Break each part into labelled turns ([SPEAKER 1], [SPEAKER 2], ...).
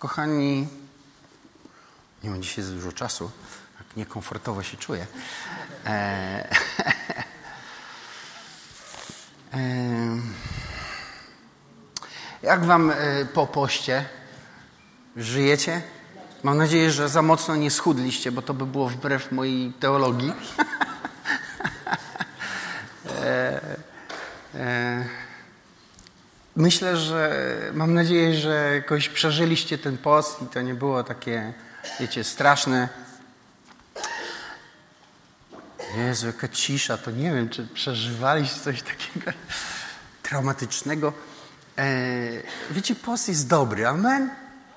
[SPEAKER 1] Kochani, nie mam dzisiaj za dużo czasu, tak niekomfortowo się czuję. Jak wam po poście? Żyjecie? Mam nadzieję, że za mocno nie schudliście, bo to by było wbrew mojej teologii. Myślę, mam nadzieję, że jakoś przeżyliście ten post i to nie było takie, wiecie, straszne. Jezu, jaka cisza, to nie wiem, czy przeżywaliście coś takiego traumatycznego. Wiecie, post jest dobry, amen?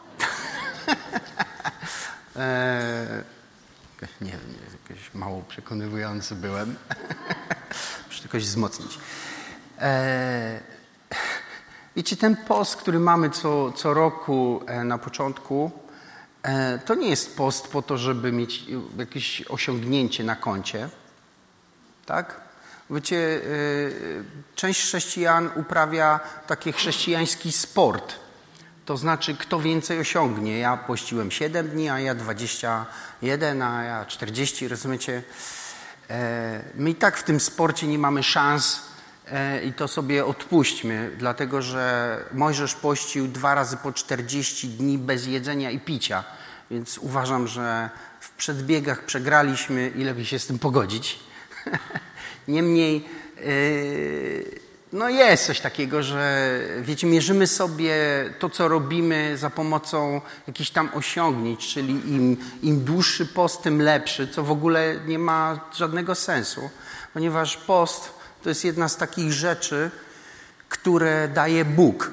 [SPEAKER 1] Nie wiem, jakoś mało przekonywujący byłem. Muszę to jakoś wzmocnić. Wiecie, ten post, który mamy co roku na początku, to nie jest post po to, żeby mieć jakieś osiągnięcie na koncie. Tak? Wiecie, część chrześcijan uprawia taki chrześcijański sport. To znaczy, kto więcej osiągnie. Ja pościłem 7 dni, a ja 21, a ja 40, rozumiecie? My i tak w tym sporcie nie mamy szans i to sobie odpuśćmy, dlatego że Mojżesz pościł 2 razy po 40 dni bez jedzenia i picia, więc uważam, że w przedbiegach przegraliśmy i lepiej się z tym pogodzić. Niemniej no jest coś takiego, że wiecie, mierzymy sobie to, co robimy za pomocą jakichś tam osiągnięć, czyli im dłuższy post, tym lepszy, co w ogóle nie ma żadnego sensu, ponieważ post to jest jedna z takich rzeczy, które daje Bóg.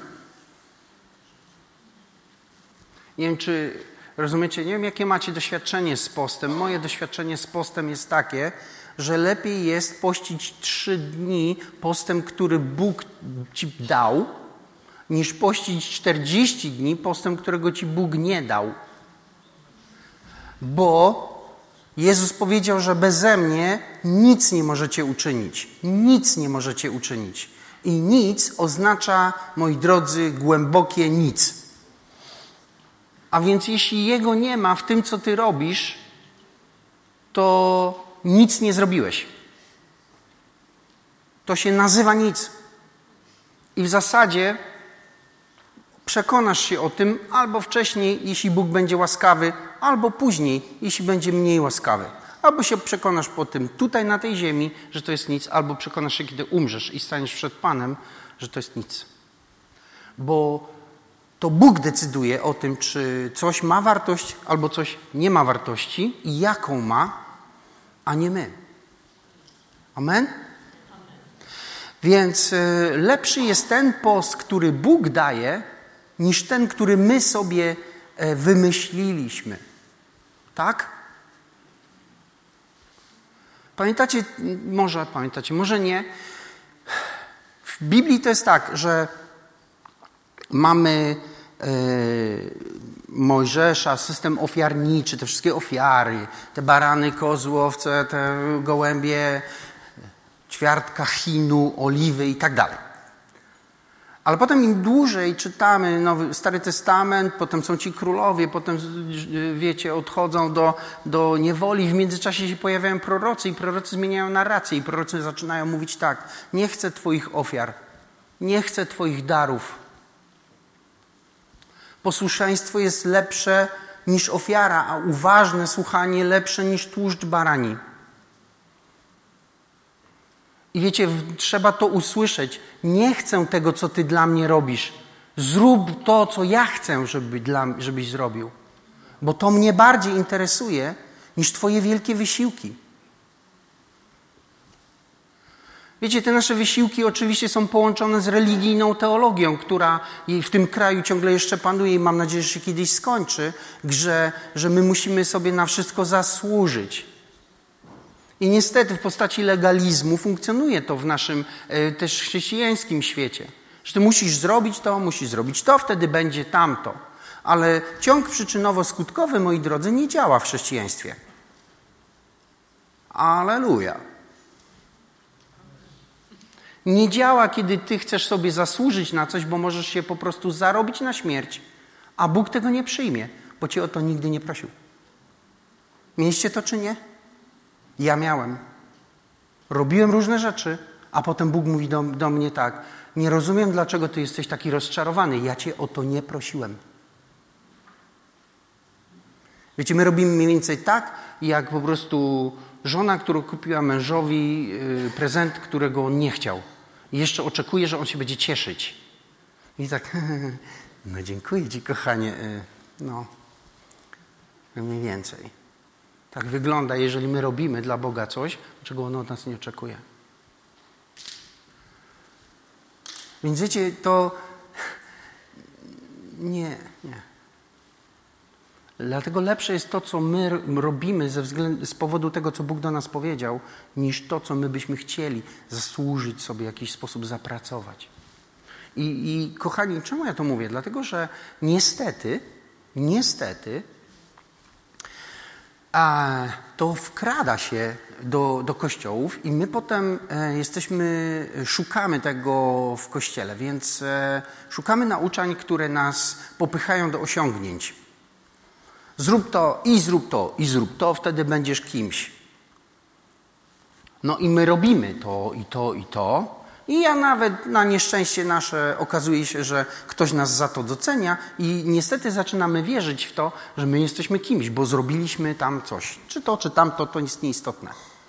[SPEAKER 1] Nie wiem, czy rozumiecie, nie wiem, jakie macie doświadczenie z postem. Moje doświadczenie z postem jest takie, że lepiej jest pościć 3 dni postem, który Bóg ci dał, niż pościć 40 dni postem, którego ci Bóg nie dał. Bo Jezus powiedział, że beze mnie nic nie możecie uczynić. Nic nie możecie uczynić. I nic oznacza, moi drodzy, głębokie nic. A więc jeśli Jego nie ma w tym, co ty robisz, to nic nie zrobiłeś. To się nazywa nic. I w zasadzie przekonasz się o tym albo wcześniej, jeśli Bóg będzie łaskawy, albo później, jeśli będzie mniej łaskawy. Albo się przekonasz po tym tutaj na tej ziemi, że to jest nic, albo przekonasz się, kiedy umrzesz i staniesz przed Panem, że to jest nic. Bo to Bóg decyduje o tym, czy coś ma wartość, albo coś nie ma wartości i jaką ma, a nie my. Amen? Więc lepszy jest ten post, który Bóg daje, niż ten, który my sobie wymyśliliśmy. Tak? Pamiętacie, może nie. W Biblii to jest tak, że mamy Mojżesza, system ofiarniczy, te wszystkie ofiary, te barany, kozły, owce, te gołębie, ćwiartka chinu, oliwy i tak dalej. Ale potem im dłużej czytamy Stary Testament, potem są ci królowie, potem, wiecie, odchodzą do niewoli, w międzyczasie się pojawiają prorocy i prorocy zmieniają narrację i prorocy zaczynają mówić tak: nie chcę twoich ofiar, nie chcę twoich darów. Posłuszeństwo jest lepsze niż ofiara, a uważne słuchanie lepsze niż tłuszcz barani. I wiecie, trzeba to usłyszeć. Nie chcę tego, co ty dla mnie robisz. Zrób to, co ja chcę, żebyś zrobił. Bo to mnie bardziej interesuje niż twoje wielkie wysiłki. Wiecie, te nasze wysiłki oczywiście są połączone z religijną teologią, która w tym kraju ciągle jeszcze panuje i mam nadzieję, że się kiedyś skończy, że my musimy sobie na wszystko zasłużyć. I niestety w postaci legalizmu funkcjonuje to w naszym też chrześcijańskim świecie. Że ty musisz zrobić to, wtedy będzie tamto. Ale ciąg przyczynowo-skutkowy, moi drodzy, nie działa w chrześcijaństwie. Alleluja. Nie działa, kiedy ty chcesz sobie zasłużyć na coś, bo możesz się po prostu zarobić na śmierć. A Bóg tego nie przyjmie, bo cię o to nigdy nie prosił. Mieliście to czy nie? Ja miałem. Robiłem różne rzeczy, a potem Bóg mówi do mnie tak: nie rozumiem, dlaczego ty jesteś taki rozczarowany. Ja cię o to nie prosiłem. Wiecie, my robimy mniej więcej tak, jak po prostu żona, która kupiła mężowi prezent, którego on nie chciał. I jeszcze oczekuje, że on się będzie cieszyć. I tak, no dziękuję ci, kochanie. No, mniej więcej. Tak wygląda, jeżeli my robimy dla Boga coś, czego On od nas nie oczekuje. Więc wiecie, to nie. Dlatego lepsze jest to, co my robimy z powodu tego, co Bóg do nas powiedział, niż to, co my byśmy chcieli zasłużyć sobie, w jakiś sposób zapracować. I kochani, czemu ja to mówię? Dlatego, że niestety, to wkrada się do kościołów i my potem szukamy tego w kościele, więc szukamy nauczań, które nas popychają do osiągnięć. Zrób to i zrób to i zrób to, wtedy będziesz kimś. No i my robimy to i to i to. I ja nawet na nieszczęście nasze okazuje się, że ktoś nas za to docenia i niestety zaczynamy wierzyć w to, że my jesteśmy kimś, bo zrobiliśmy tam coś. Czy to, czy tamto, to jest nieistotne.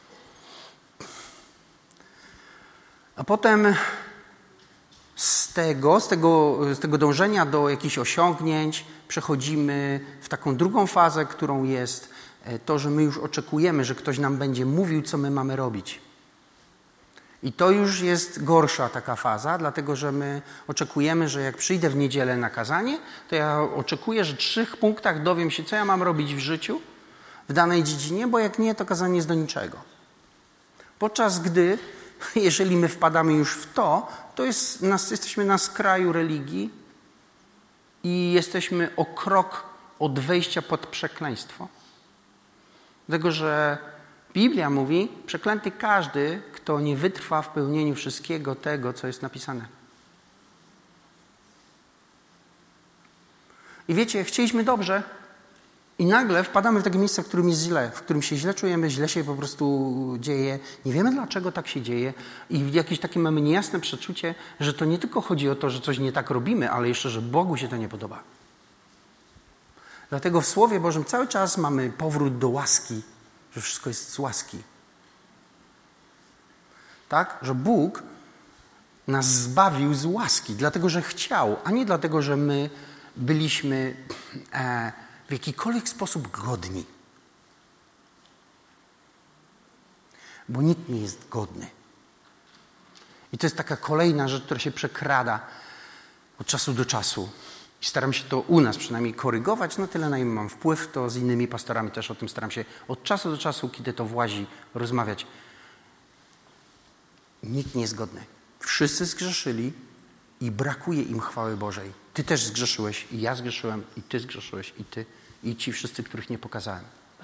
[SPEAKER 1] A potem z tego dążenia do jakichś osiągnięć przechodzimy w taką drugą fazę, którą jest to, że my już oczekujemy, że ktoś nam będzie mówił, co my mamy robić. I to już jest gorsza taka faza, dlatego że my oczekujemy, że jak przyjdę w niedzielę na kazanie, to ja oczekuję, że w 3 punktach dowiem się, co ja mam robić w życiu, w danej dziedzinie, bo jak nie, to kazanie jest do niczego. Podczas gdy, jeżeli my wpadamy już w to jesteśmy na skraju religii i jesteśmy o krok od wejścia pod przekleństwo. Dlatego, że Biblia mówi, przeklęty każdy, kto nie wytrwa w pełnieniu wszystkiego tego, co jest napisane. I wiecie, chcieliśmy dobrze i nagle wpadamy w takie miejsce, w którym jest źle, w którym się źle czujemy, źle się po prostu dzieje. Nie wiemy, dlaczego tak się dzieje i jakieś takie mamy niejasne przeczucie, że to nie tylko chodzi o to, że coś nie tak robimy, ale jeszcze, że Bogu się to nie podoba. Dlatego w Słowie Bożym cały czas mamy powrót do łaski, że wszystko jest z łaski. Tak? Że Bóg nas zbawił z łaski, dlatego że chciał, a nie dlatego, że my byliśmy w jakikolwiek sposób godni. Bo nikt nie jest godny. I to jest taka kolejna rzecz, która się przekrada od czasu do czasu. I staram się to u nas przynajmniej korygować, na tyle na ile mam wpływ, to z innymi pastorami też o tym staram się od czasu do czasu, kiedy to włazi, rozmawiać. Nikt nie jest godny. Wszyscy zgrzeszyli i brakuje im chwały Bożej. Ty też zgrzeszyłeś i ja zgrzeszyłem i ty zgrzeszyłeś i ty i ci wszyscy, których nie pokazałem.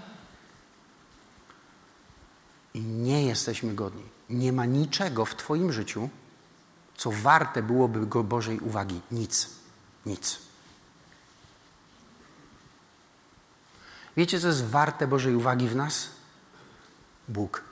[SPEAKER 1] I nie jesteśmy godni. Nie ma niczego w twoim życiu, co warte byłoby go Bożej uwagi. Nic. Nic. Wiecie, co jest warte Bożej uwagi w nas? Bóg.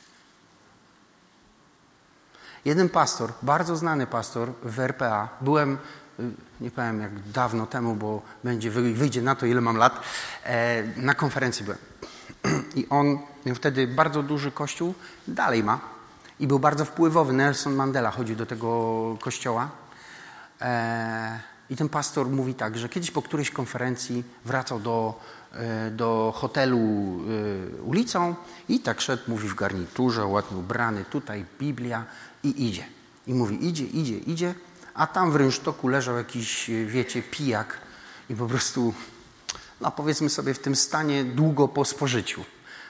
[SPEAKER 1] Jeden pastor, bardzo znany pastor w RPA, byłem, nie powiem jak dawno temu, bo wyjdzie na to, ile mam lat, na konferencji byłem. I on miał wtedy bardzo duży kościół, dalej ma, i był bardzo wpływowy. Nelson Mandela chodził do tego kościoła. I ten pastor mówi tak, że kiedyś po którejś konferencji wracał do hotelu ulicą i tak szedł, mówi w garniturze, ładnie ubrany, tutaj Biblia i idzie. I mówi idzie, a tam w rynsztoku leżał jakiś, wiecie, pijak i po prostu, no powiedzmy sobie w tym stanie długo po spożyciu.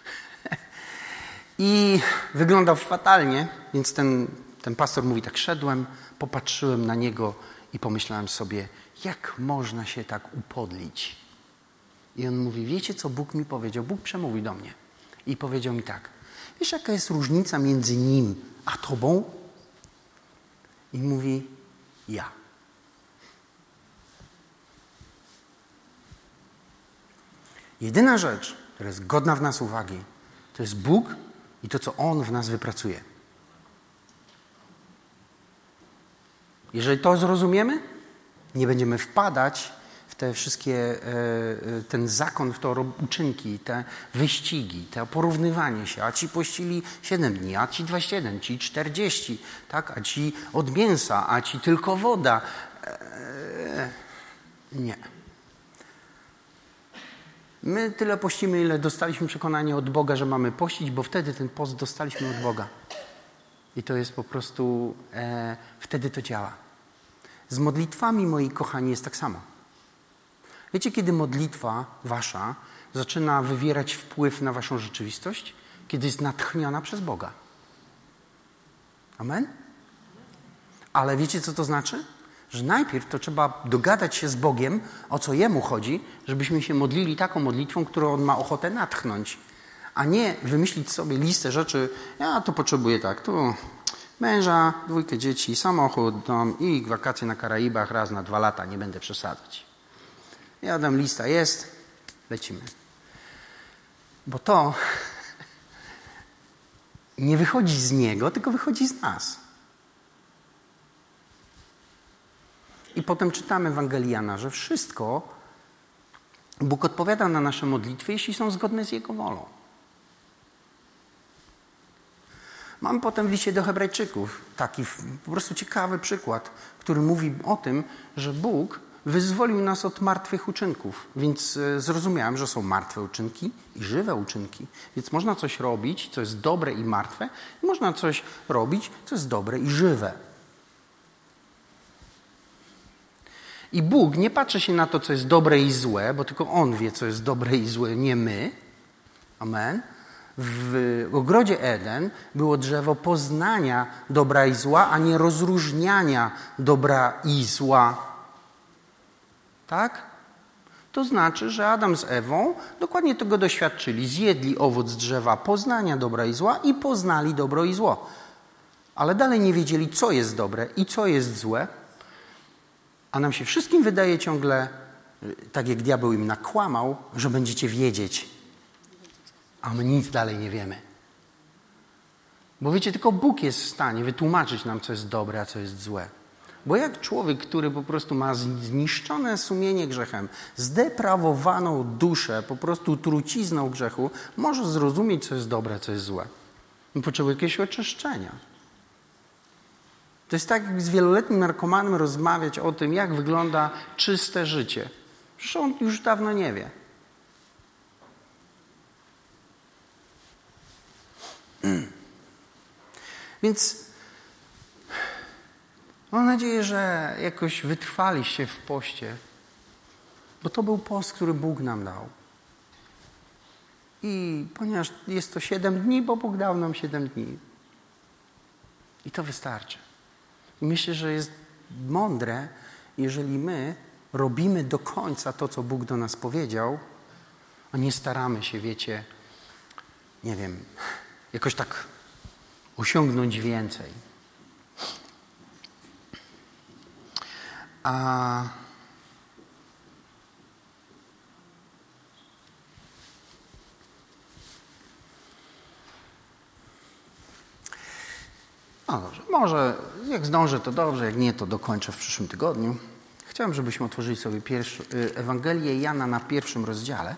[SPEAKER 1] I wyglądał fatalnie, więc ten pastor mówi tak, szedłem, popatrzyłem na niego i pomyślałem sobie, jak można się tak upodlić. I on mówi, wiecie co Bóg mi powiedział? Bóg przemówił do mnie i powiedział mi tak, wiesz jaka jest różnica między nim a tobą? I mówi, ja. Jedyna rzecz, która jest godna w nas uwagi, to jest Bóg i to, co On w nas wypracuje. Jeżeli to zrozumiemy, nie będziemy wpadać w te wszystkie, ten zakon, w to uczynki, te wyścigi, to porównywanie się. A ci pościli 7 dni, a ci 21, ci 40, tak? A ci od mięsa, a ci tylko woda. Nie. My tyle pościmy, ile dostaliśmy przekonanie od Boga, że mamy pościć, bo wtedy ten post dostaliśmy od Boga. I to jest po prostu, wtedy to działa. Z modlitwami, moi kochani, jest tak samo. Wiecie, kiedy modlitwa wasza zaczyna wywierać wpływ na waszą rzeczywistość? Kiedy jest natchniona przez Boga. Amen? Ale wiecie, co to znaczy? Że najpierw to trzeba dogadać się z Bogiem, o co Jemu chodzi, żebyśmy się modlili taką modlitwą, którą On ma ochotę natchnąć. A nie wymyślić sobie listę rzeczy, ja to potrzebuję tak, tu męża, 2 dzieci, samochód, dom i wakacje na Karaibach raz na 2 lata, nie będę przesadzać. Ja dam, lista jest, lecimy. Bo to nie wychodzi z Niego, tylko wychodzi z nas. I potem czytamy Ewangelii Jana, że wszystko Bóg odpowiada na nasze modlitwy, jeśli są zgodne z Jego wolą. Mamy potem w liście do Hebrajczyków taki po prostu ciekawy przykład, który mówi o tym, że Bóg wyzwolił nas od martwych uczynków. Więc zrozumiałem, że są martwe uczynki i żywe uczynki. Więc można coś robić, co jest dobre i martwe, i można coś robić, co jest dobre i żywe. I Bóg nie patrzy się na to, co jest dobre i złe, bo tylko On wie, co jest dobre i złe, nie my. Amen. W ogrodzie Eden było drzewo poznania dobra i zła, a nie rozróżniania dobra i zła. Tak? To znaczy, że Adam z Ewą dokładnie tego doświadczyli. Zjedli owoc drzewa poznania dobra i zła i poznali dobro i zło. Ale dalej nie wiedzieli, co jest dobre i co jest złe. A nam się wszystkim wydaje ciągle, tak jak diabeł im nakłamał, że będziecie wiedzieć. A my nic dalej nie wiemy. Bo wiecie, tylko Bóg jest w stanie wytłumaczyć nam, co jest dobre, a co jest złe. Bo jak człowiek, który po prostu ma zniszczone sumienie grzechem, zdeprawowaną duszę, po prostu trucizną grzechu, może zrozumieć, co jest dobre, a co jest złe. On potrzebuje jakiegoś oczyszczenia. To jest tak, jak z wieloletnim narkomanem rozmawiać o tym, jak wygląda czyste życie. Przecież on już dawno nie wie. Więc mam nadzieję, że jakoś wytrwaliście w poście, bo to był post, który Bóg nam dał. I ponieważ jest to 7 dni, bo Bóg dał nam 7 dni. I to wystarczy. I myślę, że jest mądre, jeżeli my robimy do końca to, co Bóg do nas powiedział, a nie staramy się, wiecie, nie wiem, jakoś tak osiągnąć więcej. No dobrze, może jak zdążę, to dobrze, jak nie, to dokończę w przyszłym tygodniu. Chciałem, żebyśmy otworzyli sobie Ewangelię Jana na 1 rozdziale.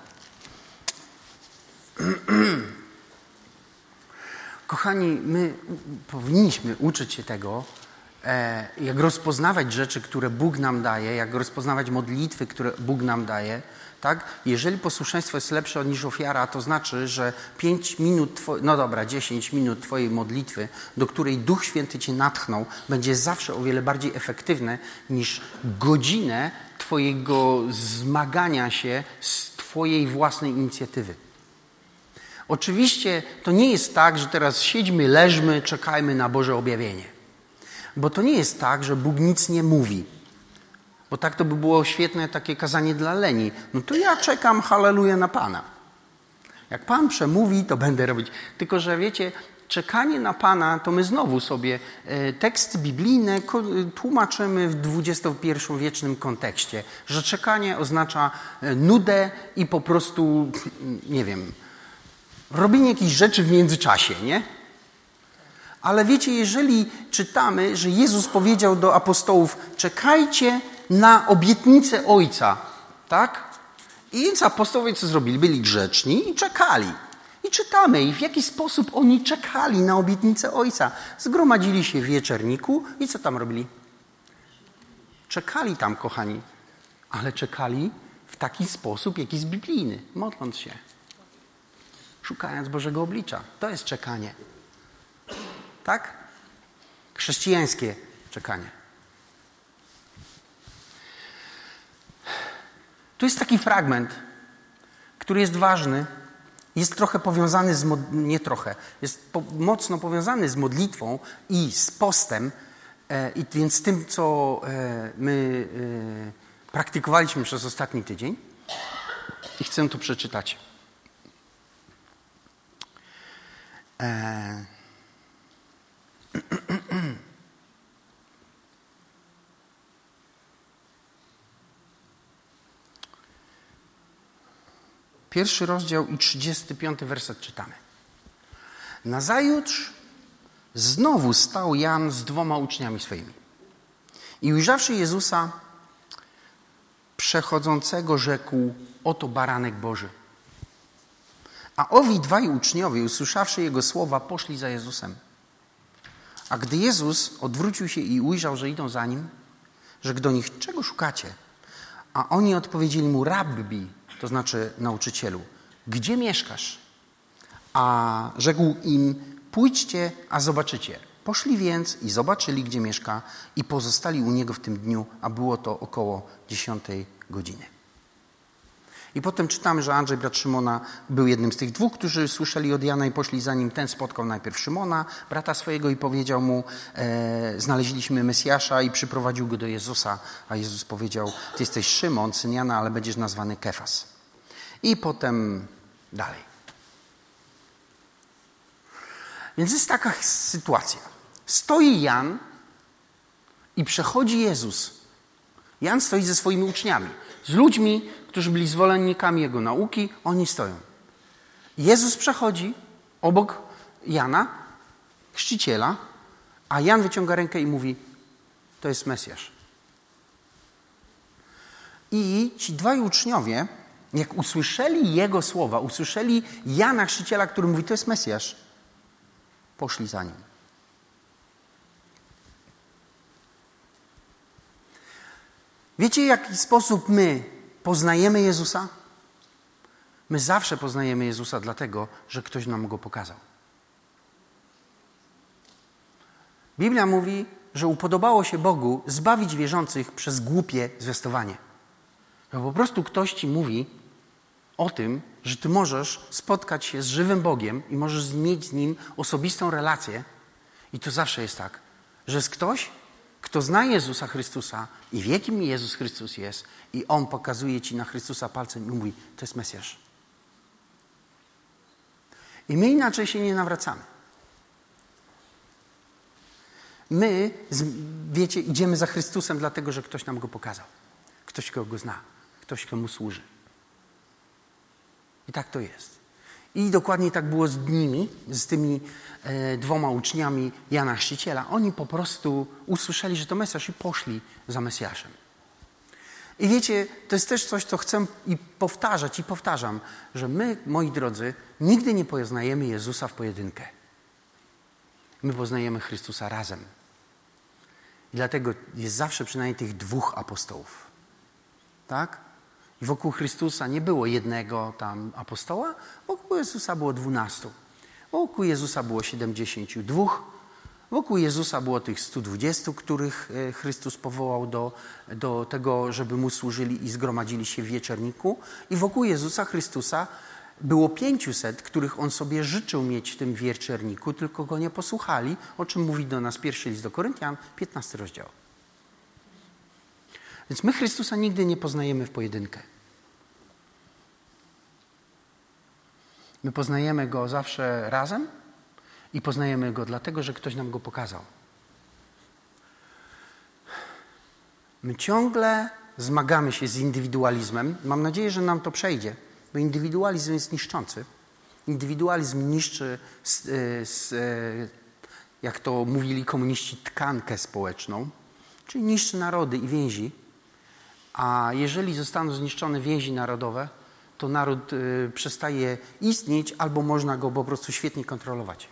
[SPEAKER 1] Kochani, my powinniśmy uczyć się tego, jak rozpoznawać rzeczy, które Bóg nam daje, jak rozpoznawać modlitwy, które Bóg nam daje. Tak? Jeżeli posłuszeństwo jest lepsze niż ofiara, to znaczy, że 5 minut, 10 minut twojej modlitwy, do której Duch Święty cię natchnął, będzie zawsze o wiele bardziej efektywne niż godzinę twojego zmagania się z twojej własnej inicjatywy. Oczywiście to nie jest tak, że teraz siedźmy, leżmy, czekajmy na Boże objawienie. Bo to nie jest tak, że Bóg nic nie mówi. Bo tak to by było świetne takie kazanie dla leni. No to ja czekam, halleluja, na Pana. Jak Pan przemówi, to będę robić. Tylko, że wiecie, czekanie na Pana, to my znowu sobie teksty biblijne tłumaczymy w XXI-wiecznym kontekście, że czekanie oznacza nudę i po prostu, nie wiem, robienie jakichś rzeczy w międzyczasie, nie? Ale wiecie, jeżeli czytamy, że Jezus powiedział do apostołów, czekajcie na obietnicę Ojca, tak? I więc apostołowie co zrobili? Byli grzeczni i czekali. I czytamy, i w jaki sposób oni czekali na obietnicę Ojca. Zgromadzili się w wieczerniku i co tam robili? Czekali tam, kochani, ale czekali w taki sposób, jaki jest biblijny, modląc się, szukając Bożego oblicza. To jest czekanie. Tak? Chrześcijańskie czekanie. Tu jest taki fragment, który jest ważny, jest trochę powiązany mocno powiązany z modlitwą i z postem, i więc tym, co my praktykowaliśmy przez ostatni tydzień. I chcę tu przeczytać. Pierwszy rozdział i 35 werset czytamy. Nazajutrz znowu stał Jan z 2 uczniami swoimi. I ujrzawszy Jezusa przechodzącego, rzekł, oto baranek Boży. A owi 2 uczniowie, usłyszawszy Jego słowa, poszli za Jezusem. A gdy Jezus odwrócił się i ujrzał, że idą za Nim, rzekł do nich, czego szukacie? A oni odpowiedzieli Mu, rabbi, to znaczy nauczycielu, gdzie mieszkasz? A rzekł im, pójdźcie, a zobaczycie. Poszli więc i zobaczyli, gdzie mieszka i pozostali u Niego w tym dniu, a było to około 10 godziny. I potem czytamy, że Andrzej, brat Szymona, był jednym z tych 2, którzy słyszeli od Jana i poszli za nim. Ten spotkał najpierw Szymona, brata swojego, i powiedział mu, znaleźliśmy Mesjasza, i przyprowadził go do Jezusa. A Jezus powiedział, ty jesteś Szymon, syn Jana, ale będziesz nazwany Kefas. I potem dalej. Więc jest taka sytuacja. Stoi Jan i przechodzi Jezus. Jan stoi ze swoimi uczniami, z ludźmi, którzy byli zwolennikami Jego nauki, oni stoją. Jezus przechodzi obok Jana, chrzciciela, a Jan wyciąga rękę i mówi, to jest Mesjasz. I ci 2 uczniowie, jak usłyszeli Jego słowa, usłyszeli Jana chrzciciela, który mówi, to jest Mesjasz, poszli za Nim. Wiecie, w jaki sposób my poznajemy Jezusa? My zawsze poznajemy Jezusa dlatego, że ktoś nam Go pokazał. Biblia mówi, że upodobało się Bogu zbawić wierzących przez głupie zwiastowanie. Że po prostu ktoś ci mówi o tym, że ty możesz spotkać się z żywym Bogiem i możesz mieć z Nim osobistą relację. I to zawsze jest tak, że jest ktoś, kto zna Jezusa Chrystusa i wie, kim Jezus Chrystus jest, i On pokazuje ci na Chrystusa palcem i mówi, to jest Mesjasz. I my inaczej się nie nawracamy. My, wiecie, idziemy za Chrystusem dlatego, że ktoś nam Go pokazał. Ktoś, kto Go zna. Ktoś, kto Mu służy. I tak to jest. I dokładnie tak było z nimi, z tymi 2 uczniami Jana Chrzciciela. Oni po prostu usłyszeli, że to Mesjasz i poszli za Mesjaszem. I wiecie, to jest też coś, co chcę i powtarzam, że my, moi drodzy, nigdy nie poznajemy Jezusa w pojedynkę. My poznajemy Chrystusa razem. I dlatego jest zawsze przynajmniej tych 2 apostołów. Tak? I wokół Chrystusa nie było jednego tam apostoła, wokół Jezusa było 12. Wokół Jezusa było 72. Wokół Jezusa było tych 120, których Chrystus powołał do tego, żeby Mu służyli i zgromadzili się w wieczerniku. I wokół Jezusa Chrystusa było 500, których On sobie życzył mieć w tym wieczerniku, tylko Go nie posłuchali, o czym mówi do nas 1 list do Koryntian, 15 rozdział. Więc my Chrystusa nigdy nie poznajemy w pojedynkę. My poznajemy Go zawsze razem I poznajemy Go dlatego, że ktoś nam Go pokazał. My ciągle zmagamy się z indywidualizmem. Mam nadzieję, że nam to przejdzie, bo indywidualizm jest niszczący. Indywidualizm niszczy, jak to mówili komuniści, tkankę społeczną, czyli niszczy narody i więzi. A jeżeli zostaną zniszczone więzi narodowe, to naród przestaje istnieć albo można go po prostu świetnie kontrolować.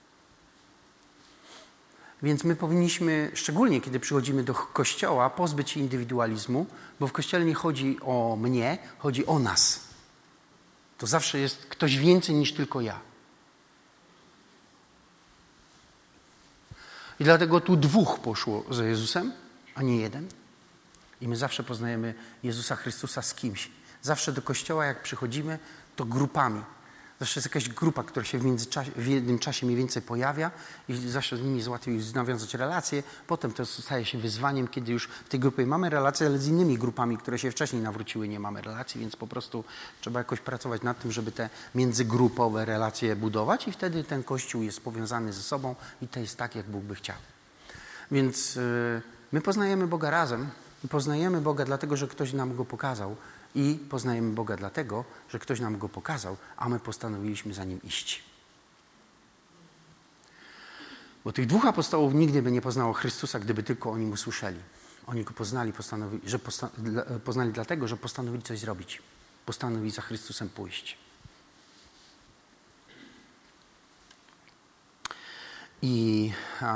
[SPEAKER 1] Więc my powinniśmy, szczególnie kiedy przychodzimy do Kościoła, pozbyć się indywidualizmu, bo w Kościele nie chodzi o mnie, chodzi o nas. To zawsze jest ktoś więcej niż tylko ja. I dlatego tu 2 poszło za Jezusem, a nie 1. I my zawsze poznajemy Jezusa Chrystusa z kimś. Zawsze do Kościoła, jak przychodzimy, to grupami. Zawsze jest jakaś grupa, która się w jednym czasie mniej więcej pojawia i zawsze z nimi jest łatwiej nawiązać relacje. Potem to staje się wyzwaniem, kiedy już w tej grupie mamy relacje, ale z innymi grupami, które się wcześniej nawróciły, nie mamy relacji, więc po prostu trzeba jakoś pracować nad tym, żeby te międzygrupowe relacje budować i wtedy ten Kościół jest powiązany ze sobą i to jest tak, jak Bóg by chciał. Więc my poznajemy Boga razem i poznajemy Boga dlatego, że ktoś nam Go pokazał. I poznajemy Boga dlatego, że ktoś nam Go pokazał, a my postanowiliśmy za Nim iść. Bo tych 2 apostołów nigdy by nie poznało Chrystusa, gdyby tylko o Nim usłyszeli. Oni Go poznali, poznali dlatego, że postanowili coś zrobić. Postanowili za Chrystusem pójść. I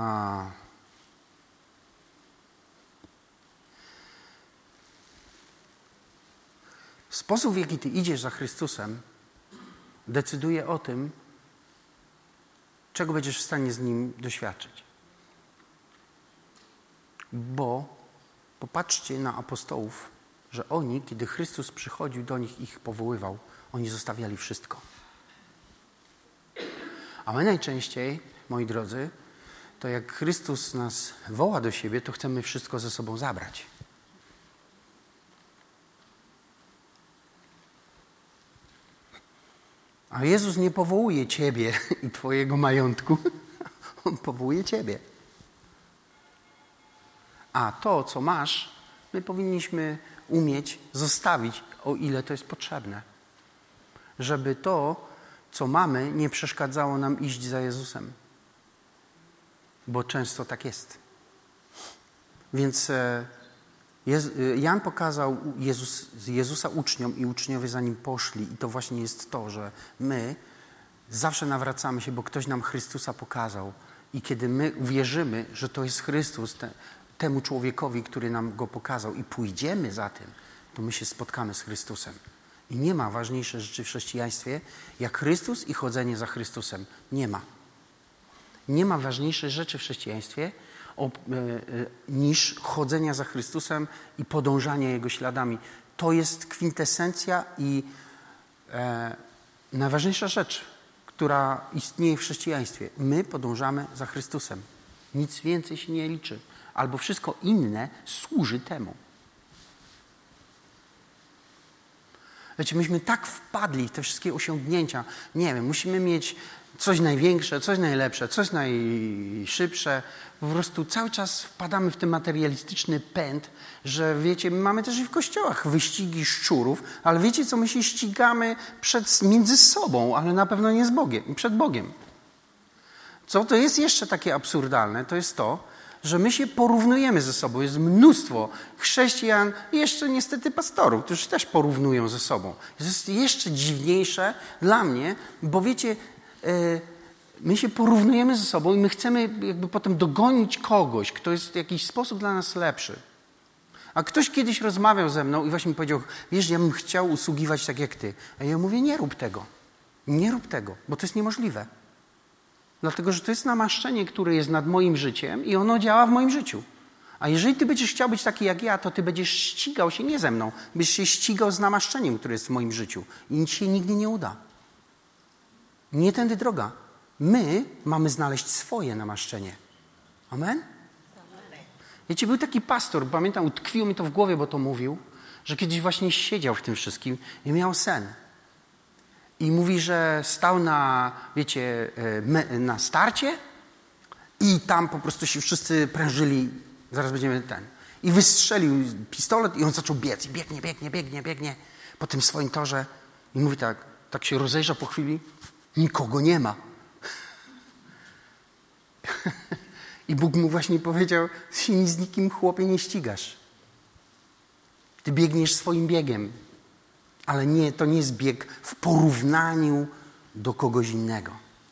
[SPEAKER 1] sposób, w jaki ty idziesz za Chrystusem, decyduje o tym, czego będziesz w stanie z Nim doświadczyć. Bo popatrzcie na apostołów, że oni, kiedy Chrystus przychodził do nich i ich powoływał, oni zostawiali wszystko. A my najczęściej, moi drodzy, to jak Chrystus nas woła do siebie, to chcemy wszystko ze sobą zabrać. A Jezus nie powołuje ciebie i twojego majątku. On powołuje ciebie. A to, co masz, my powinniśmy umieć zostawić, o ile to jest potrzebne. Żeby to, co mamy, nie przeszkadzało nam iść za Jezusem. Bo często tak jest. Więc Jan pokazał Jezusa uczniom i uczniowie za Nim poszli. I to właśnie jest to, że my zawsze nawracamy się, bo ktoś nam Chrystusa pokazał. I kiedy my uwierzymy, że to jest Chrystus, temu człowiekowi, który nam Go pokazał i pójdziemy za tym, to my się spotkamy z Chrystusem. I nie ma ważniejszej rzeczy w chrześcijaństwie jak Chrystus i chodzenie za Chrystusem. Nie ma. Nie ma ważniejszej rzeczy w chrześcijaństwie niż chodzenia za Chrystusem i podążania Jego śladami. To jest kwintesencja i najważniejsza rzecz, która istnieje w chrześcijaństwie. My podążamy za Chrystusem. Nic więcej się nie liczy. Albo wszystko inne służy temu. Wiecie, myśmy tak wpadli w te wszystkie osiągnięcia. Nie wiem, musimy mieć coś największe, coś najlepsze, coś najszybsze. Po prostu cały czas wpadamy w ten materialistyczny pęd, że wiecie, my mamy też i w kościołach wyścigi szczurów, ale wiecie co, my się ścigamy między sobą, ale na pewno nie z Bogiem, przed Bogiem. Co to jest jeszcze takie absurdalne, to jest to, że my się porównujemy ze sobą. Jest mnóstwo chrześcijan i jeszcze niestety pastorów, którzy też porównują ze sobą. To jest jeszcze dziwniejsze dla mnie, bo wiecie, my się porównujemy ze sobą i my chcemy jakby potem dogonić kogoś, kto jest w jakiś sposób dla nas lepszy. A ktoś kiedyś rozmawiał ze mną i właśnie mi powiedział, wiesz, ja bym chciał usługiwać tak jak ty. A ja mówię, nie rób tego. Nie rób tego, bo to jest niemożliwe. Dlatego, że to jest namaszczenie, które jest nad moim życiem i ono działa w moim życiu. A jeżeli ty będziesz chciał być taki jak ja, to ty będziesz ścigał się nie ze mną. Będziesz się ścigał z namaszczeniem, które jest w moim życiu. I nic się nigdy nie uda. Nie tędy droga. My mamy znaleźć swoje namaszczenie. Amen? Wiecie, był taki pastor, pamiętam, utkwiło mi to w głowie, bo to mówił, że kiedyś właśnie siedział w tym wszystkim i miał sen. I mówi, że stał na, wiecie, na starcie i tam po prostu się wszyscy prężyli, zaraz będziemy I wystrzelił pistolet i on zaczął biec. I biegnie po tym swoim torze. I mówi tak się rozejrzał po chwili. Nikogo nie ma. I Bóg mu właśnie powiedział, się z nikim, chłopie, nie ścigasz. Ty biegniesz swoim biegiem. Ale nie, to nie jest bieg w porównaniu do kogoś innego.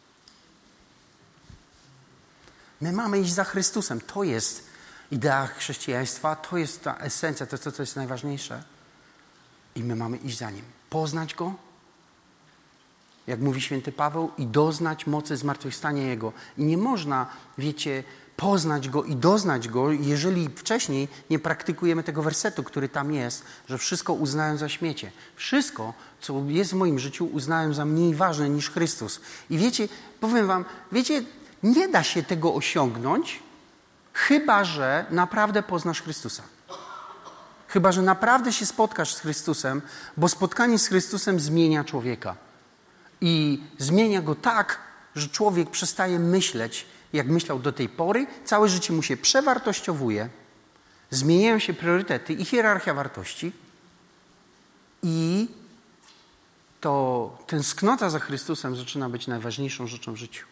[SPEAKER 1] My mamy iść za Chrystusem. To jest idea chrześcijaństwa, to jest ta esencja, to jest to, co jest najważniejsze. I my mamy iść za Nim. Poznać Go, jak mówi święty Paweł, i doznać mocy zmartwychwstania Jego. I nie można, wiecie, poznać Go i doznać Go, jeżeli wcześniej nie praktykujemy tego wersetu, który tam jest, że wszystko uznają za śmiecie. Wszystko, co jest w moim życiu, uznają za mniej ważne niż Chrystus. I wiecie, powiem wam, wiecie, nie da się tego osiągnąć, chyba że naprawdę poznasz Chrystusa. Chyba że naprawdę się spotkasz z Chrystusem, bo spotkanie z Chrystusem zmienia człowieka. I zmienia go tak, że człowiek przestaje myśleć, jak myślał do tej pory. Całe życie mu się przewartościowuje. Zmieniają się priorytety i hierarchia wartości. I to tęsknota za Chrystusem zaczyna być najważniejszą rzeczą w życiu.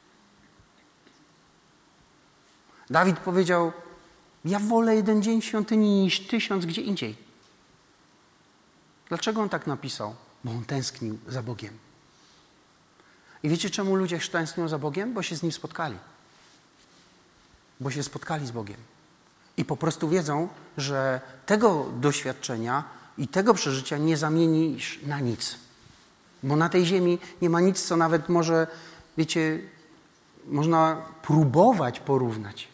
[SPEAKER 1] Dawid powiedział, ja wolę 1 dzień w świątyni niż 1000 gdzie indziej. Dlaczego on tak napisał? Bo on tęsknił za Bogiem. I wiecie, czemu ludzie tęsknią za Bogiem? Bo się z Nim spotkali. Bo się spotkali z Bogiem. I po prostu wiedzą, że tego doświadczenia i tego przeżycia nie zamienisz na nic. Bo na tej ziemi nie ma nic, co nawet może, wiecie, można próbować porównać.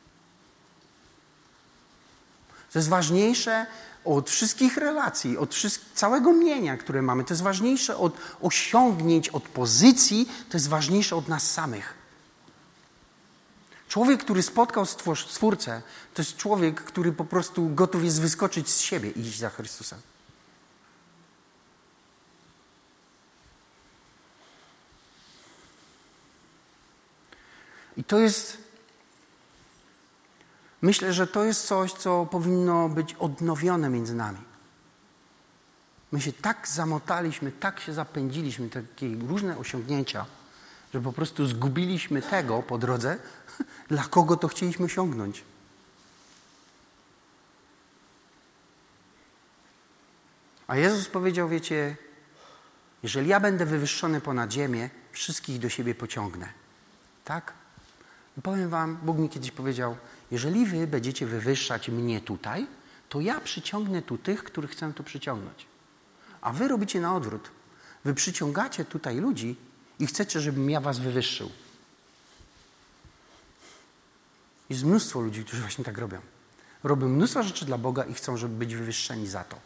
[SPEAKER 1] To jest ważniejsze od wszystkich relacji, od całego mienia, które mamy. To jest ważniejsze od osiągnięć, od pozycji. To jest ważniejsze od nas samych. Człowiek, który spotkał Stwórcę, to jest człowiek, który po prostu gotów jest wyskoczyć z siebie i iść za Chrystusem. I to jest... Myślę, że to jest coś, co powinno być odnowione między nami. My się tak zamotaliśmy, tak się zapędziliśmy, takie różne osiągnięcia, że po prostu zgubiliśmy tego po drodze, dla kogo to chcieliśmy osiągnąć. A Jezus powiedział, wiecie, jeżeli ja będę wywyższony ponad ziemię, wszystkich do siebie pociągnę. Tak? I powiem wam, Bóg mi kiedyś powiedział, jeżeli wy będziecie wywyższać mnie tutaj, to ja przyciągnę tu tych, których chcę tu przyciągnąć. A wy robicie na odwrót. Wy przyciągacie tutaj ludzi i chcecie, żebym ja was wywyższył. Jest mnóstwo ludzi, którzy właśnie tak robią. Robią mnóstwo rzeczy dla Boga i chcą, żeby być wywyższeni za to.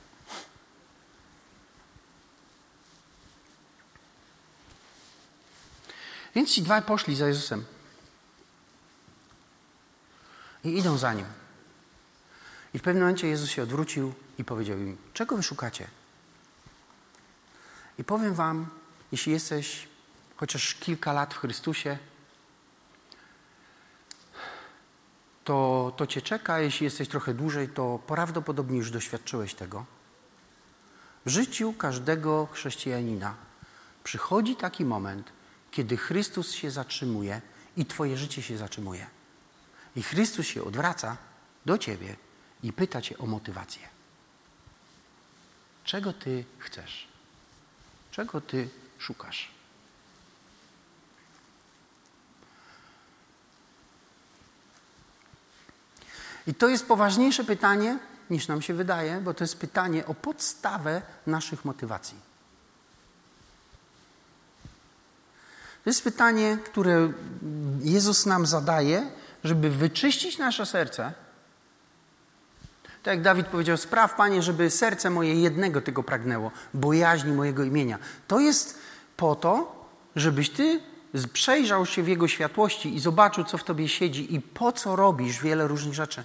[SPEAKER 1] Więc ci dwaj poszli za Jezusem. I idą za Nim. I w pewnym momencie Jezus się odwrócił i powiedział im, czego wy szukacie? I powiem wam, jeśli jesteś chociaż kilka lat w Chrystusie, to cię czeka. Jeśli jesteś trochę dłużej, to prawdopodobnie już doświadczyłeś tego. W życiu każdego chrześcijanina przychodzi taki moment, kiedy Chrystus się zatrzymuje i twoje życie się zatrzymuje. I Chrystus się odwraca do ciebie i pyta cię o motywację. Czego ty chcesz? Czego ty szukasz? I to jest poważniejsze pytanie, niż nam się wydaje, bo to jest pytanie o podstawę naszych motywacji. To jest pytanie, które Jezus nam zadaje, żeby wyczyścić nasze serce. Tak jak Dawid powiedział, spraw, Panie, żeby serce moje jednego tego pragnęło, bojaźni mojego imienia. To jest po to, żebyś ty przejrzał się w Jego światłości i zobaczył, co w tobie siedzi i po co robisz wiele różnych rzeczy.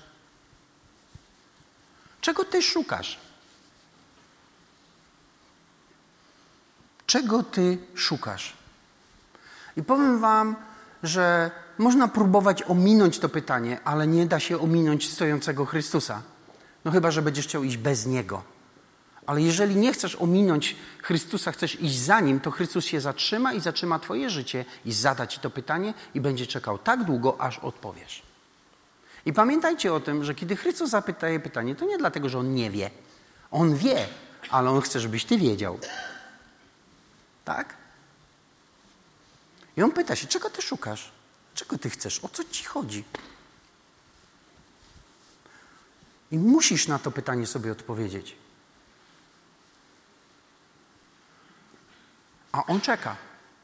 [SPEAKER 1] Czego ty szukasz? Czego ty szukasz? I powiem wam, że można próbować ominąć to pytanie, ale nie da się ominąć stojącego Chrystusa. No chyba, że będziesz chciał iść bez Niego. Ale jeżeli nie chcesz ominąć Chrystusa, chcesz iść za Nim, to Chrystus się zatrzyma i zatrzyma twoje życie i zada ci to pytanie i będzie czekał tak długo, aż odpowiesz. I pamiętajcie o tym, że kiedy Chrystus zapytaje pytanie, to nie dlatego, że On nie wie. On wie, ale On chce, żebyś ty wiedział. Tak? I On pyta się, czego ty szukasz? Czego ty chcesz? O co ci chodzi? I musisz na to pytanie sobie odpowiedzieć. A On czeka.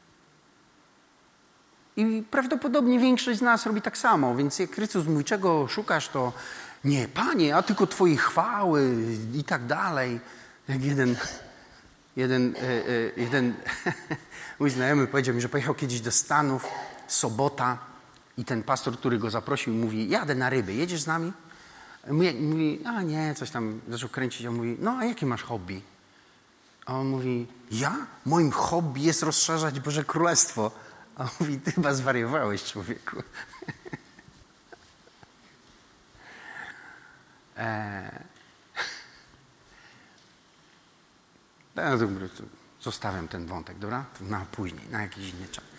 [SPEAKER 1] I prawdopodobnie większość z nas robi tak samo. Więc jak Chrystus mówi, czego szukasz, to nie, Panie, a tylko Twojej chwały i tak dalej. Jak jeden mój znajomy powiedział mi, że pojechał kiedyś do Stanów, sobota, i ten pastor, który go zaprosił, mówi, jadę na ryby, jedziesz z nami? Mówi, a nie, coś tam zaczął kręcić. On mówi, no a jakie masz hobby? A on mówi, ja? Moim hobby jest rozszerzać Boże Królestwo. A on mówi, ty chyba zwariowałeś, człowieku. Ja zostawiam ten wątek, dobra? Na później, na jakiś inny czas.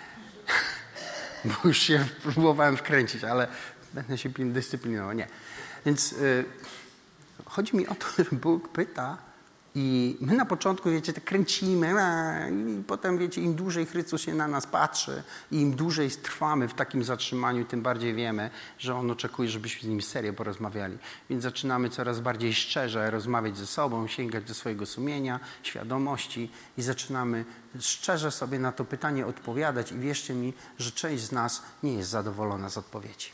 [SPEAKER 1] Bo już się próbowałem wkręcić, ale będę się dyscyplinował. Nie. Więc chodzi mi o to, że Bóg pyta i my na początku, wiecie, tak kręcimy i potem, wiecie, im dłużej Chrystus się na nas patrzy i im dłużej trwamy w takim zatrzymaniu, tym bardziej wiemy, że On oczekuje, żebyśmy z Nim serio porozmawiali. Więc zaczynamy coraz bardziej szczerze rozmawiać ze sobą, sięgać do swojego sumienia, świadomości i zaczynamy szczerze sobie na to pytanie odpowiadać i wierzcie mi, że część z nas nie jest zadowolona z odpowiedzi.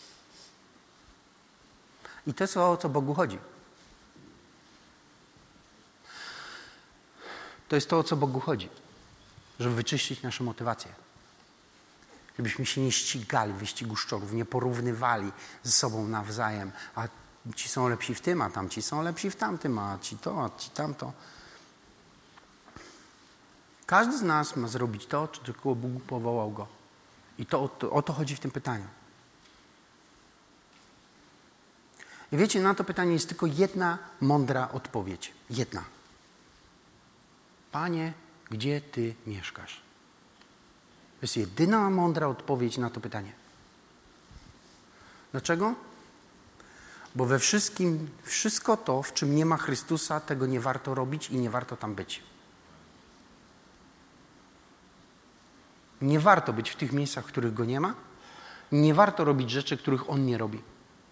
[SPEAKER 1] I to jest o co Bogu chodzi. To jest to, o co Bogu chodzi. Żeby wyczyścić nasze motywacje. Żebyśmy się nie ścigali w wyścigu szczurów, nie porównywali ze sobą nawzajem. A ci są lepsi w tym, a tamci są lepsi w tamtym, a ci to, a ci tamto. Każdy z nas ma zrobić to, czy tylko Bóg powołał go. I o to chodzi w tym pytaniu. I wiecie, na to pytanie jest tylko jedna mądra odpowiedź. Jedna. Panie, gdzie Ty mieszkasz? To jest jedyna mądra odpowiedź na to pytanie. Dlaczego? Bo we wszystkim, wszystko to, w czym nie ma Chrystusa, tego nie warto robić i nie warto tam być. Nie warto być w tych miejscach, w których Go nie ma. Nie warto robić rzeczy, których On nie robi.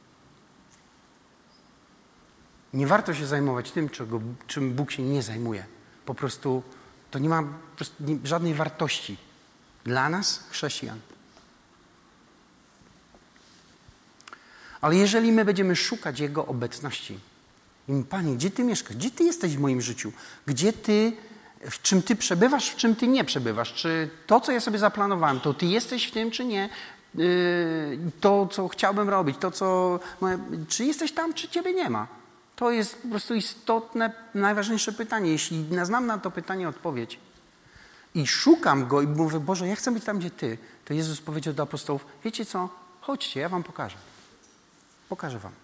[SPEAKER 1] Nie warto się zajmować tym, czym Bóg się nie zajmuje. Po prostu to nie ma żadnej wartości dla nas, chrześcijan. Ale jeżeli my będziemy szukać Jego obecności, Panie, gdzie Ty mieszkasz? Gdzie Ty jesteś w moim życiu? Gdzie Ty, w czym Ty przebywasz, w czym Ty nie przebywasz? Czy to, co ja sobie zaplanowałem, to Ty jesteś w tym, czy nie? To, co chciałbym robić, czy jesteś tam, czy Ciebie nie ma? To jest po prostu istotne, najważniejsze pytanie. Jeśli znam na to pytanie odpowiedź i szukam Go i mówię, Boże, ja chcę być tam, gdzie Ty, to Jezus powiedział do apostołów, wiecie co, chodźcie, ja wam pokażę. Pokażę wam.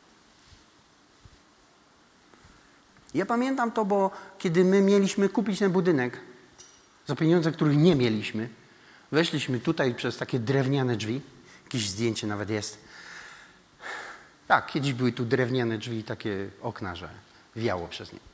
[SPEAKER 1] Ja pamiętam to, bo kiedy my mieliśmy kupić ten budynek za pieniądze, których nie mieliśmy, weszliśmy tutaj przez takie drewniane drzwi, jakieś zdjęcie nawet jest. Tak, kiedyś były tu drewniane drzwi, takie okna, że wiało przez nie.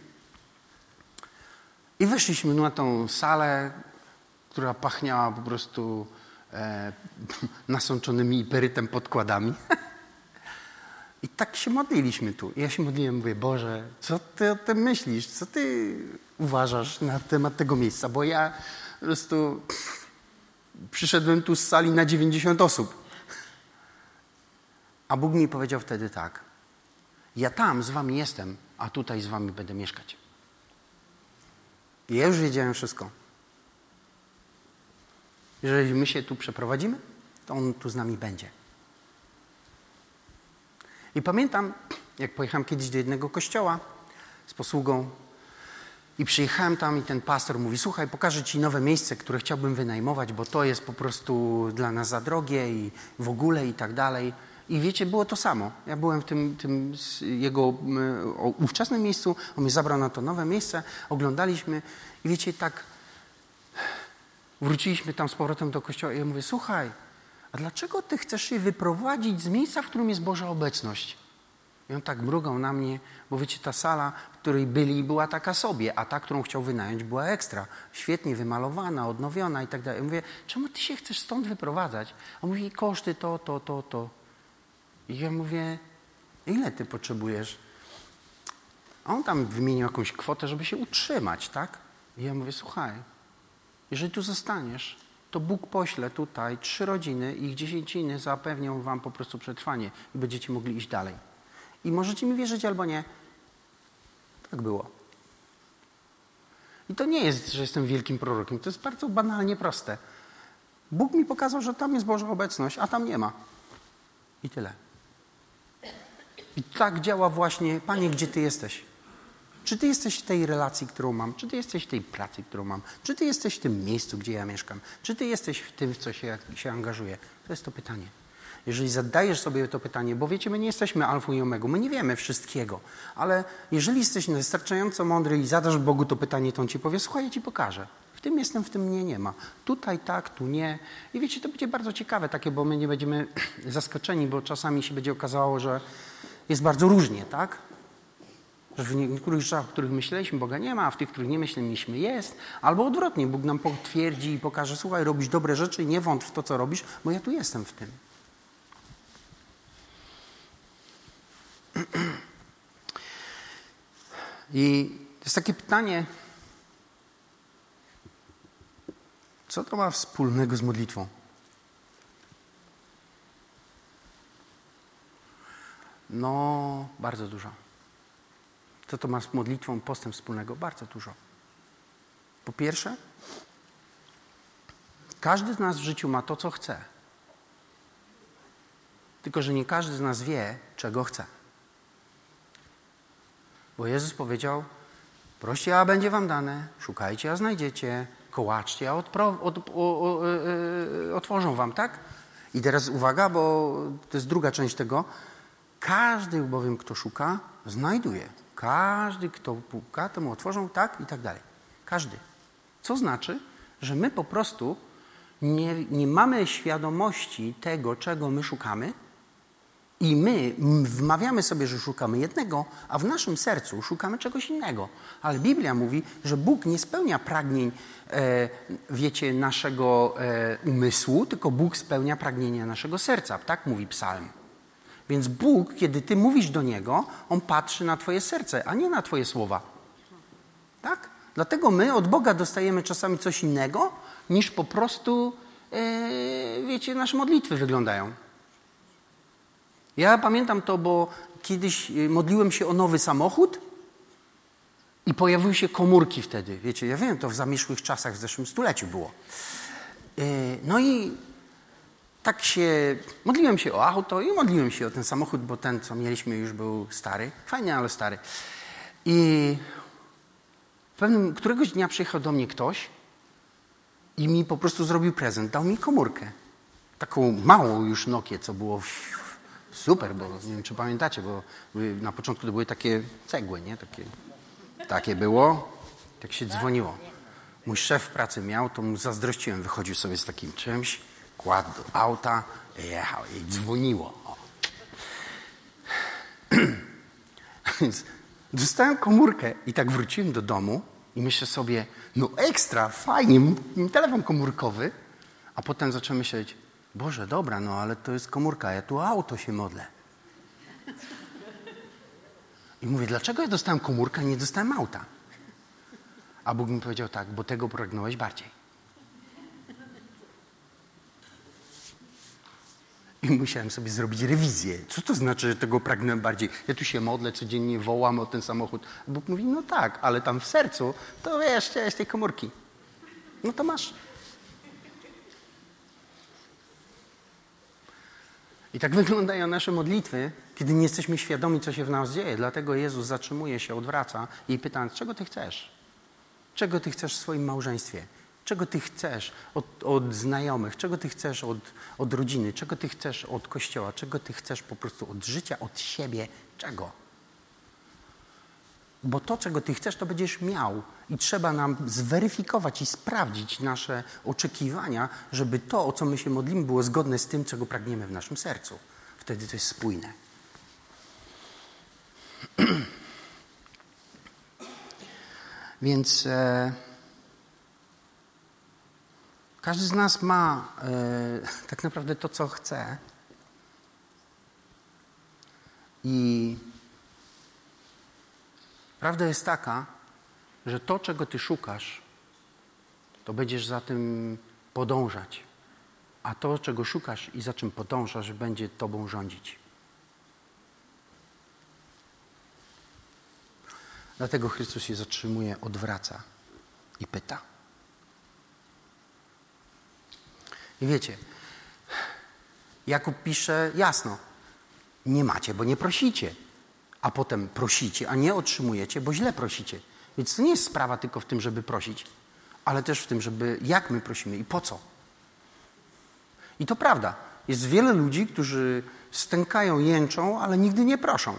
[SPEAKER 1] I weszliśmy na tą salę, która pachniała po prostu nasączonymi iperytem podkładami. I tak się modliliśmy tu. I ja się modliłem, mówię, Boże, co Ty o tym myślisz? Co Ty uważasz na temat tego miejsca? Bo ja po prostu przyszedłem tu z sali na 90 osób. A Bóg mi powiedział wtedy tak. Ja tam z wami jestem, a tutaj z wami będę mieszkać. I ja już wiedziałem wszystko. Jeżeli my się tu przeprowadzimy, to On tu z nami będzie. I pamiętam, jak pojechałem kiedyś do jednego kościoła z posługą I przyjechałem tam i ten pastor mówi, słuchaj, pokażę ci nowe miejsce, które chciałbym wynajmować, bo to jest po prostu dla nas za drogie i w ogóle i tak dalej. I wiecie, było to samo. Ja byłem w tym jego ówczesnym miejscu, on mnie zabrał na to nowe miejsce, oglądaliśmy i wiecie, tak wróciliśmy tam z powrotem do kościoła i ja mówię, słuchaj, a dlaczego ty chcesz się wyprowadzić z miejsca, w którym jest Boża obecność? I on tak mrugał na mnie, bo wiecie, ta sala, w której byli, była taka sobie, a ta, którą chciał wynająć, była ekstra. Świetnie wymalowana, odnowiona i tak dalej. Ja mówię, czemu ty się chcesz stąd wyprowadzać? A on mówi, koszty to. I ja mówię, ile ty potrzebujesz? A on tam wymienił jakąś kwotę, żeby się utrzymać, tak? I ja mówię, słuchaj, jeżeli tu zostaniesz, to Bóg pośle tutaj 3 rodziny i ich 10 zapewnią wam po prostu przetrwanie i będziecie mogli iść dalej. I możecie mi wierzyć albo nie. Tak było. I to nie jest, że jestem wielkim prorokiem. To jest bardzo banalnie proste. Bóg mi pokazał, że tam jest Boża obecność, a tam nie ma. I tyle. I tak działa właśnie, Panie, gdzie Ty jesteś? Czy Ty jesteś w tej relacji, którą mam? Czy Ty jesteś w tej pracy, którą mam? Czy Ty jesteś w tym miejscu, gdzie ja mieszkam? Czy Ty jesteś w tym, w co się angażuję? To jest to pytanie. Jeżeli zadajesz sobie to pytanie, bo wiecie, my nie jesteśmy alfą i omegą, my nie wiemy wszystkiego, ale jeżeli jesteś wystarczająco mądry i zadasz Bogu to pytanie, to On ci powie, słuchaj, ja ci pokażę. W tym jestem, w tym mnie nie ma. Tutaj tak, tu nie. I wiecie, to będzie bardzo ciekawe takie, bo my nie będziemy zaskoczeni, bo czasami się będzie okazało, że jest bardzo różnie, tak? Że w niektórych rzeczach, w których myśleliśmy, Boga nie ma, a w tych, w których nie myśleliśmy, jest. Albo odwrotnie, Bóg nam potwierdzi i pokaże, słuchaj, robisz dobre rzeczy i nie wątp w to, co robisz, bo ja tu jestem w tym. I to jest takie pytanie, co to ma wspólnego z modlitwą? No, bardzo dużo. Co to ma z modlitwą, postem wspólnego? Bardzo dużo. Po pierwsze, każdy z nas w życiu ma to, co chce. Tylko że nie każdy z nas wie, czego chce. Bo Jezus powiedział, proście, a będzie wam dane, szukajcie, a znajdziecie, kołaczcie, a otworzą wam, tak? I teraz uwaga, bo to jest druga część tego. Każdy bowiem, kto szuka, znajduje. Każdy, kto puka, temu otworzą, tak? I tak dalej. Każdy. Co znaczy, że my po prostu nie mamy świadomości tego, czego my szukamy, i my wmawiamy sobie, że szukamy jednego, a w naszym sercu szukamy czegoś innego. Ale Biblia mówi, że Bóg nie spełnia pragnień, wiecie, naszego umysłu, tylko Bóg spełnia pragnienia naszego serca. Tak mówi Psalm. Więc Bóg, kiedy ty mówisz do Niego, On patrzy na twoje serce, a nie na twoje słowa. Tak? Dlatego my od Boga dostajemy czasami coś innego, niż po prostu, wiecie, nasze modlitwy wyglądają. Ja pamiętam to, bo kiedyś modliłem się o nowy samochód i pojawiły się komórki wtedy. Wiecie, ja wiem, to w zamierzchłych czasach w zeszłym stuleciu było. No i tak się, modliłem się o auto i modliłem się o ten samochód, bo ten, co mieliśmy, już był stary. Fajny, ale stary. I któregoś dnia przyjechał do mnie ktoś i mi po prostu zrobił prezent. Dał mi komórkę. Taką małą już Nokię, co było super, bo nie wiem, czy pamiętacie, bo na początku to były takie cegły, nie? Takie było. Tak się dzwoniło. Mój szef w pracy miał, to mu zazdrościłem. Wychodził sobie z takim czymś, kładł do auta, jechał i dzwoniło. O. Więc dostałem komórkę i tak wróciłem do domu i myślę sobie, no ekstra, fajnie, telefon komórkowy, a potem zacząłem myśleć, Boże, dobra, no ale to jest komórka, ja tu o auto się modlę. I mówię, dlaczego ja dostałem komórkę, a nie dostałem auta? A Bóg mi powiedział tak, bo tego pragnąłeś bardziej. I musiałem sobie zrobić rewizję. Co to znaczy, że tego pragnąłem bardziej? Ja tu się modlę, codziennie wołam o ten samochód. A Bóg mówi, no tak, ale tam w sercu, to wiesz, chciałeś tej komórki. No to masz. I tak wyglądają nasze modlitwy, kiedy nie jesteśmy świadomi, co się w nas dzieje. Dlatego Jezus zatrzymuje się, odwraca i pyta, czego ty chcesz? Czego Ty chcesz w swoim małżeństwie? Czego Ty chcesz od znajomych? Czego Ty chcesz od rodziny? Czego Ty chcesz od Kościoła? Czego Ty chcesz po prostu od życia, od siebie? Czego? Bo to, czego Ty chcesz, to będziesz miał. I trzeba nam zweryfikować i sprawdzić nasze oczekiwania, żeby to, o co my się modlimy, było zgodne z tym, czego pragniemy w naszym sercu. Wtedy to jest spójne. Więc każdy z nas ma tak naprawdę to, co chce. I prawda jest taka, że to, czego Ty szukasz, to będziesz za tym podążać. A to, czego szukasz i za czym podążasz, będzie Tobą rządzić. Dlatego Chrystus się zatrzymuje, odwraca i pyta. I wiecie, Jakub pisze jasno, nie macie, bo nie prosicie. A potem prosicie, a nie otrzymujecie, bo źle prosicie. Więc to nie jest sprawa tylko w tym, żeby prosić, ale też w tym, żeby jak my prosimy i po co. I to prawda. Jest wiele ludzi, którzy stękają, jęczą, ale nigdy nie proszą.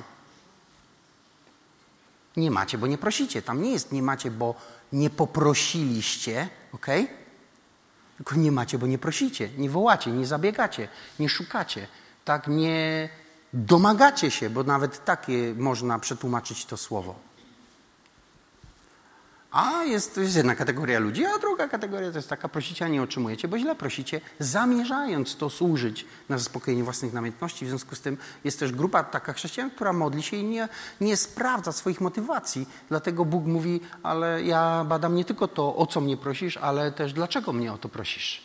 [SPEAKER 1] Nie macie, bo nie prosicie. Tam nie jest nie macie, bo nie poprosiliście, okej? Tylko nie macie, bo nie prosicie, nie wołacie, nie zabiegacie, nie szukacie. Tak, nie domagacie się, bo nawet takie można przetłumaczyć to słowo. A to jest jedna kategoria ludzi, a druga kategoria to jest taka, prosicie, a nie otrzymujecie, bo źle prosicie, zamierzając to służyć na zaspokojenie własnych namiętności. W związku z tym jest też grupa taka chrześcijan, która modli się i nie sprawdza swoich motywacji. Dlatego Bóg mówi, ale ja badam nie tylko to, o co mnie prosisz, ale też dlaczego mnie o to prosisz.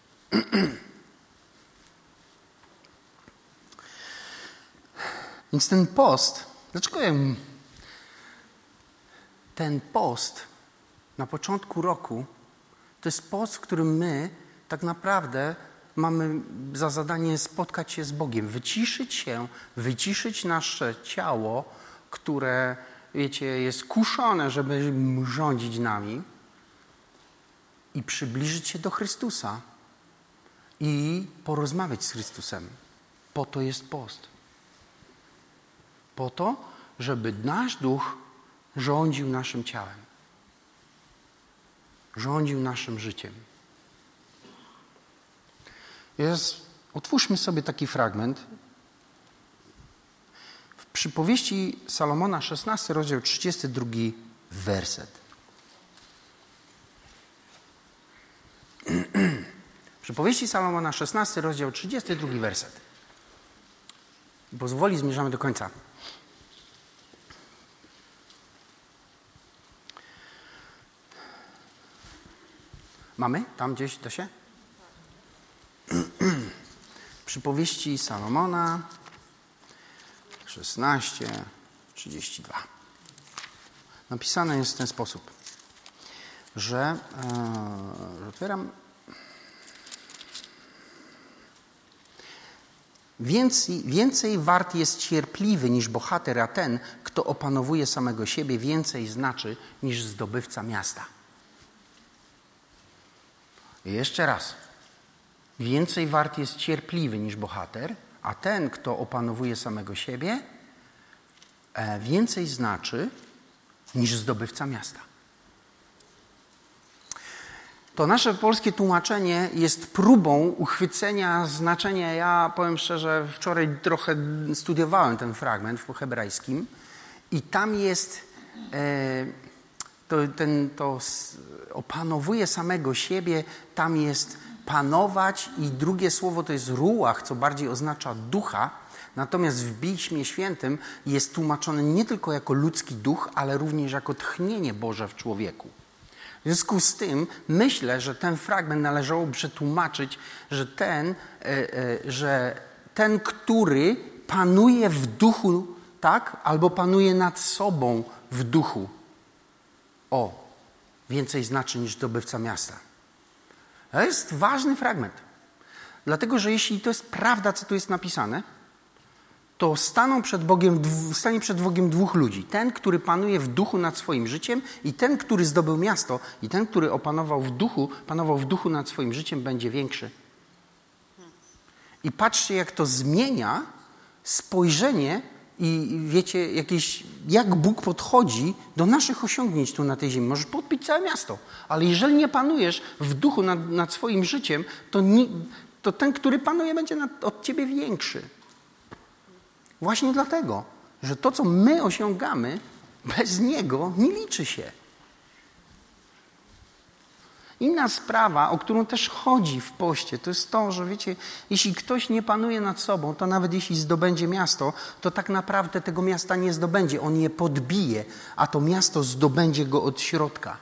[SPEAKER 1] Więc ten post, dlaczego ten post na początku roku to jest post, w którym my tak naprawdę mamy za zadanie spotkać się z Bogiem, wyciszyć nasze ciało, które, wiecie, jest kuszone, żeby rządzić nami i przybliżyć się do Chrystusa i porozmawiać z Chrystusem. Po to jest post. Po to, żeby nasz duch rządził naszym ciałem. Rządził naszym życiem. Otwórzmy sobie taki fragment. W przypowieści Salomona, 16 rozdział, 32 werset. Przypowieści Salomona, 16 rozdział, 32 werset. Pozwoli, zmierzamy do końca. Mamy? Tam gdzieś da się? Przypowieści Salomona 16:32. Napisane jest w ten sposób, że otwieram. Więcej wart jest cierpliwy niż bohater, a ten, kto opanowuje samego siebie, więcej znaczy niż zdobywca miasta. I jeszcze raz. Więcej wart jest cierpliwy niż bohater, a ten, kto opanowuje samego siebie, więcej znaczy niż zdobywca miasta. To nasze polskie tłumaczenie jest próbą uchwycenia znaczenia. Ja powiem szczerze, wczoraj trochę studiowałem ten fragment w hebrajskim i tam jest to opanowuje samego siebie, tam jest panować i drugie słowo to jest ruach, co bardziej oznacza ducha. Natomiast w Piśmie Świętym jest tłumaczone nie tylko jako ludzki duch, ale również jako tchnienie Boże w człowieku. W związku z tym myślę, że ten fragment należało przetłumaczyć, że ten, który panuje w duchu, tak, albo panuje nad sobą w duchu. Więcej znaczy niż zdobywca miasta. To jest ważny fragment. Dlatego, że jeśli to jest prawda, co tu jest napisane, to stanie przed Bogiem dwóch ludzi. Ten, który panuje w duchu nad swoim życiem i ten, który zdobył miasto i ten, który panował w duchu nad swoim życiem, będzie większy. I patrzcie, jak to zmienia spojrzenie i wiecie, jak Bóg podchodzi do naszych osiągnięć tu na tej ziemi. Możesz podbić całe miasto, ale jeżeli nie panujesz w duchu nad swoim życiem, to ten, który panuje, będzie od ciebie większy. Właśnie dlatego, że to, co my osiągamy, bez Niego nie liczy się. Inna sprawa, o którą też chodzi w poście, to jest to, że wiecie, jeśli ktoś nie panuje nad sobą, to nawet jeśli zdobędzie miasto, to tak naprawdę tego miasta nie zdobędzie. On je podbije, a to miasto zdobędzie go od środka.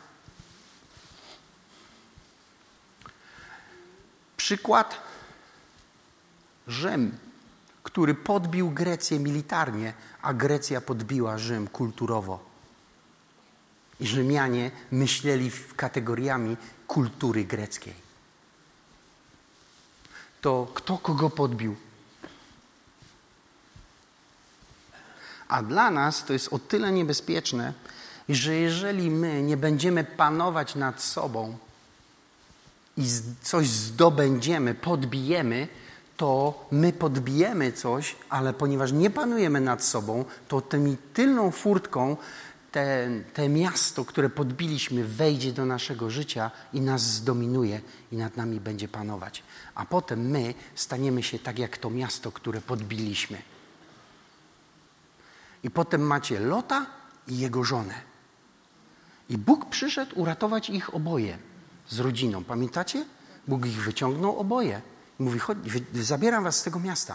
[SPEAKER 1] Przykład: Rzym, który podbił Grecję militarnie, a Grecja podbiła Rzym kulturowo. I Rzymianie myśleli kategoriami kultury greckiej. To kto kogo podbił? A dla nas to jest o tyle niebezpieczne, że jeżeli my nie będziemy panować nad sobą i coś zdobędziemy, podbijemy, to my podbijemy coś, ale ponieważ nie panujemy nad sobą, to tymi tylną furtką te miasto, które podbiliśmy, wejdzie do naszego życia i nas zdominuje i nad nami będzie panować. A potem my staniemy się tak jak to miasto, które podbiliśmy. I potem macie Lota i jego żonę. I Bóg przyszedł uratować ich oboje z rodziną. Pamiętacie? Bóg ich wyciągnął oboje. I mówi: chodź, zabieram was z tego miasta.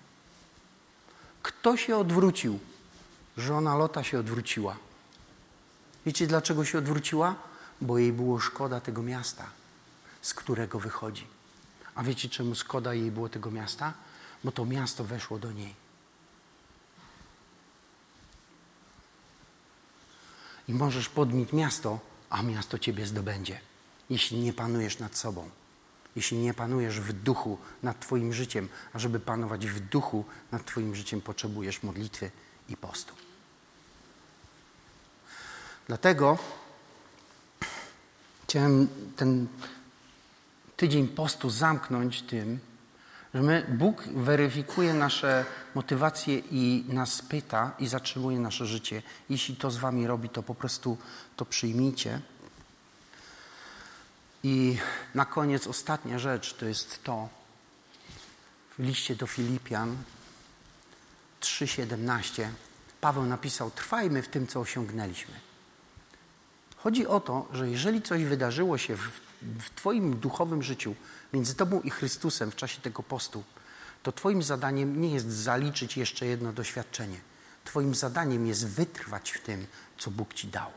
[SPEAKER 1] Kto się odwrócił? Żona Lota się odwróciła. Wiecie, dlaczego się odwróciła? Bo jej było szkoda tego miasta, z którego wychodzi. A wiecie, czemu szkoda jej było tego miasta? Bo to miasto weszło do niej. I możesz podbić miasto, a miasto ciebie zdobędzie, jeśli nie panujesz nad sobą. Jeśli nie panujesz w duchu nad twoim życiem, a żeby panować w duchu nad twoim życiem, potrzebujesz modlitwy i postu. Dlatego chciałem ten tydzień postu zamknąć tym, że Bóg weryfikuje nasze motywacje i nas pyta i zatrzymuje nasze życie. Jeśli to z wami robi, to po prostu to przyjmijcie. I na koniec ostatnia rzecz to jest to, w liście do Filipian 3:17 Paweł napisał: trwajmy w tym, co osiągnęliśmy. Chodzi o to, że jeżeli coś wydarzyło się w twoim duchowym życiu między tobą i Chrystusem w czasie tego postu, to twoim zadaniem nie jest zaliczyć jeszcze jedno doświadczenie. Twoim zadaniem jest wytrwać w tym, co Bóg ci dał.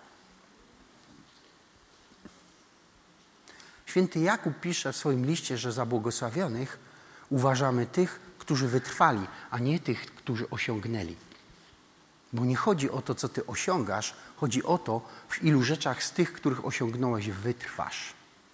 [SPEAKER 1] Święty Jakub pisze w swoim liście, że za błogosławionych uważamy tych, którzy wytrwali, a nie tych, którzy osiągnęli. Bo nie chodzi o to, co ty osiągasz, chodzi o to, w ilu rzeczach z tych, których osiągnąłeś, wytrwasz.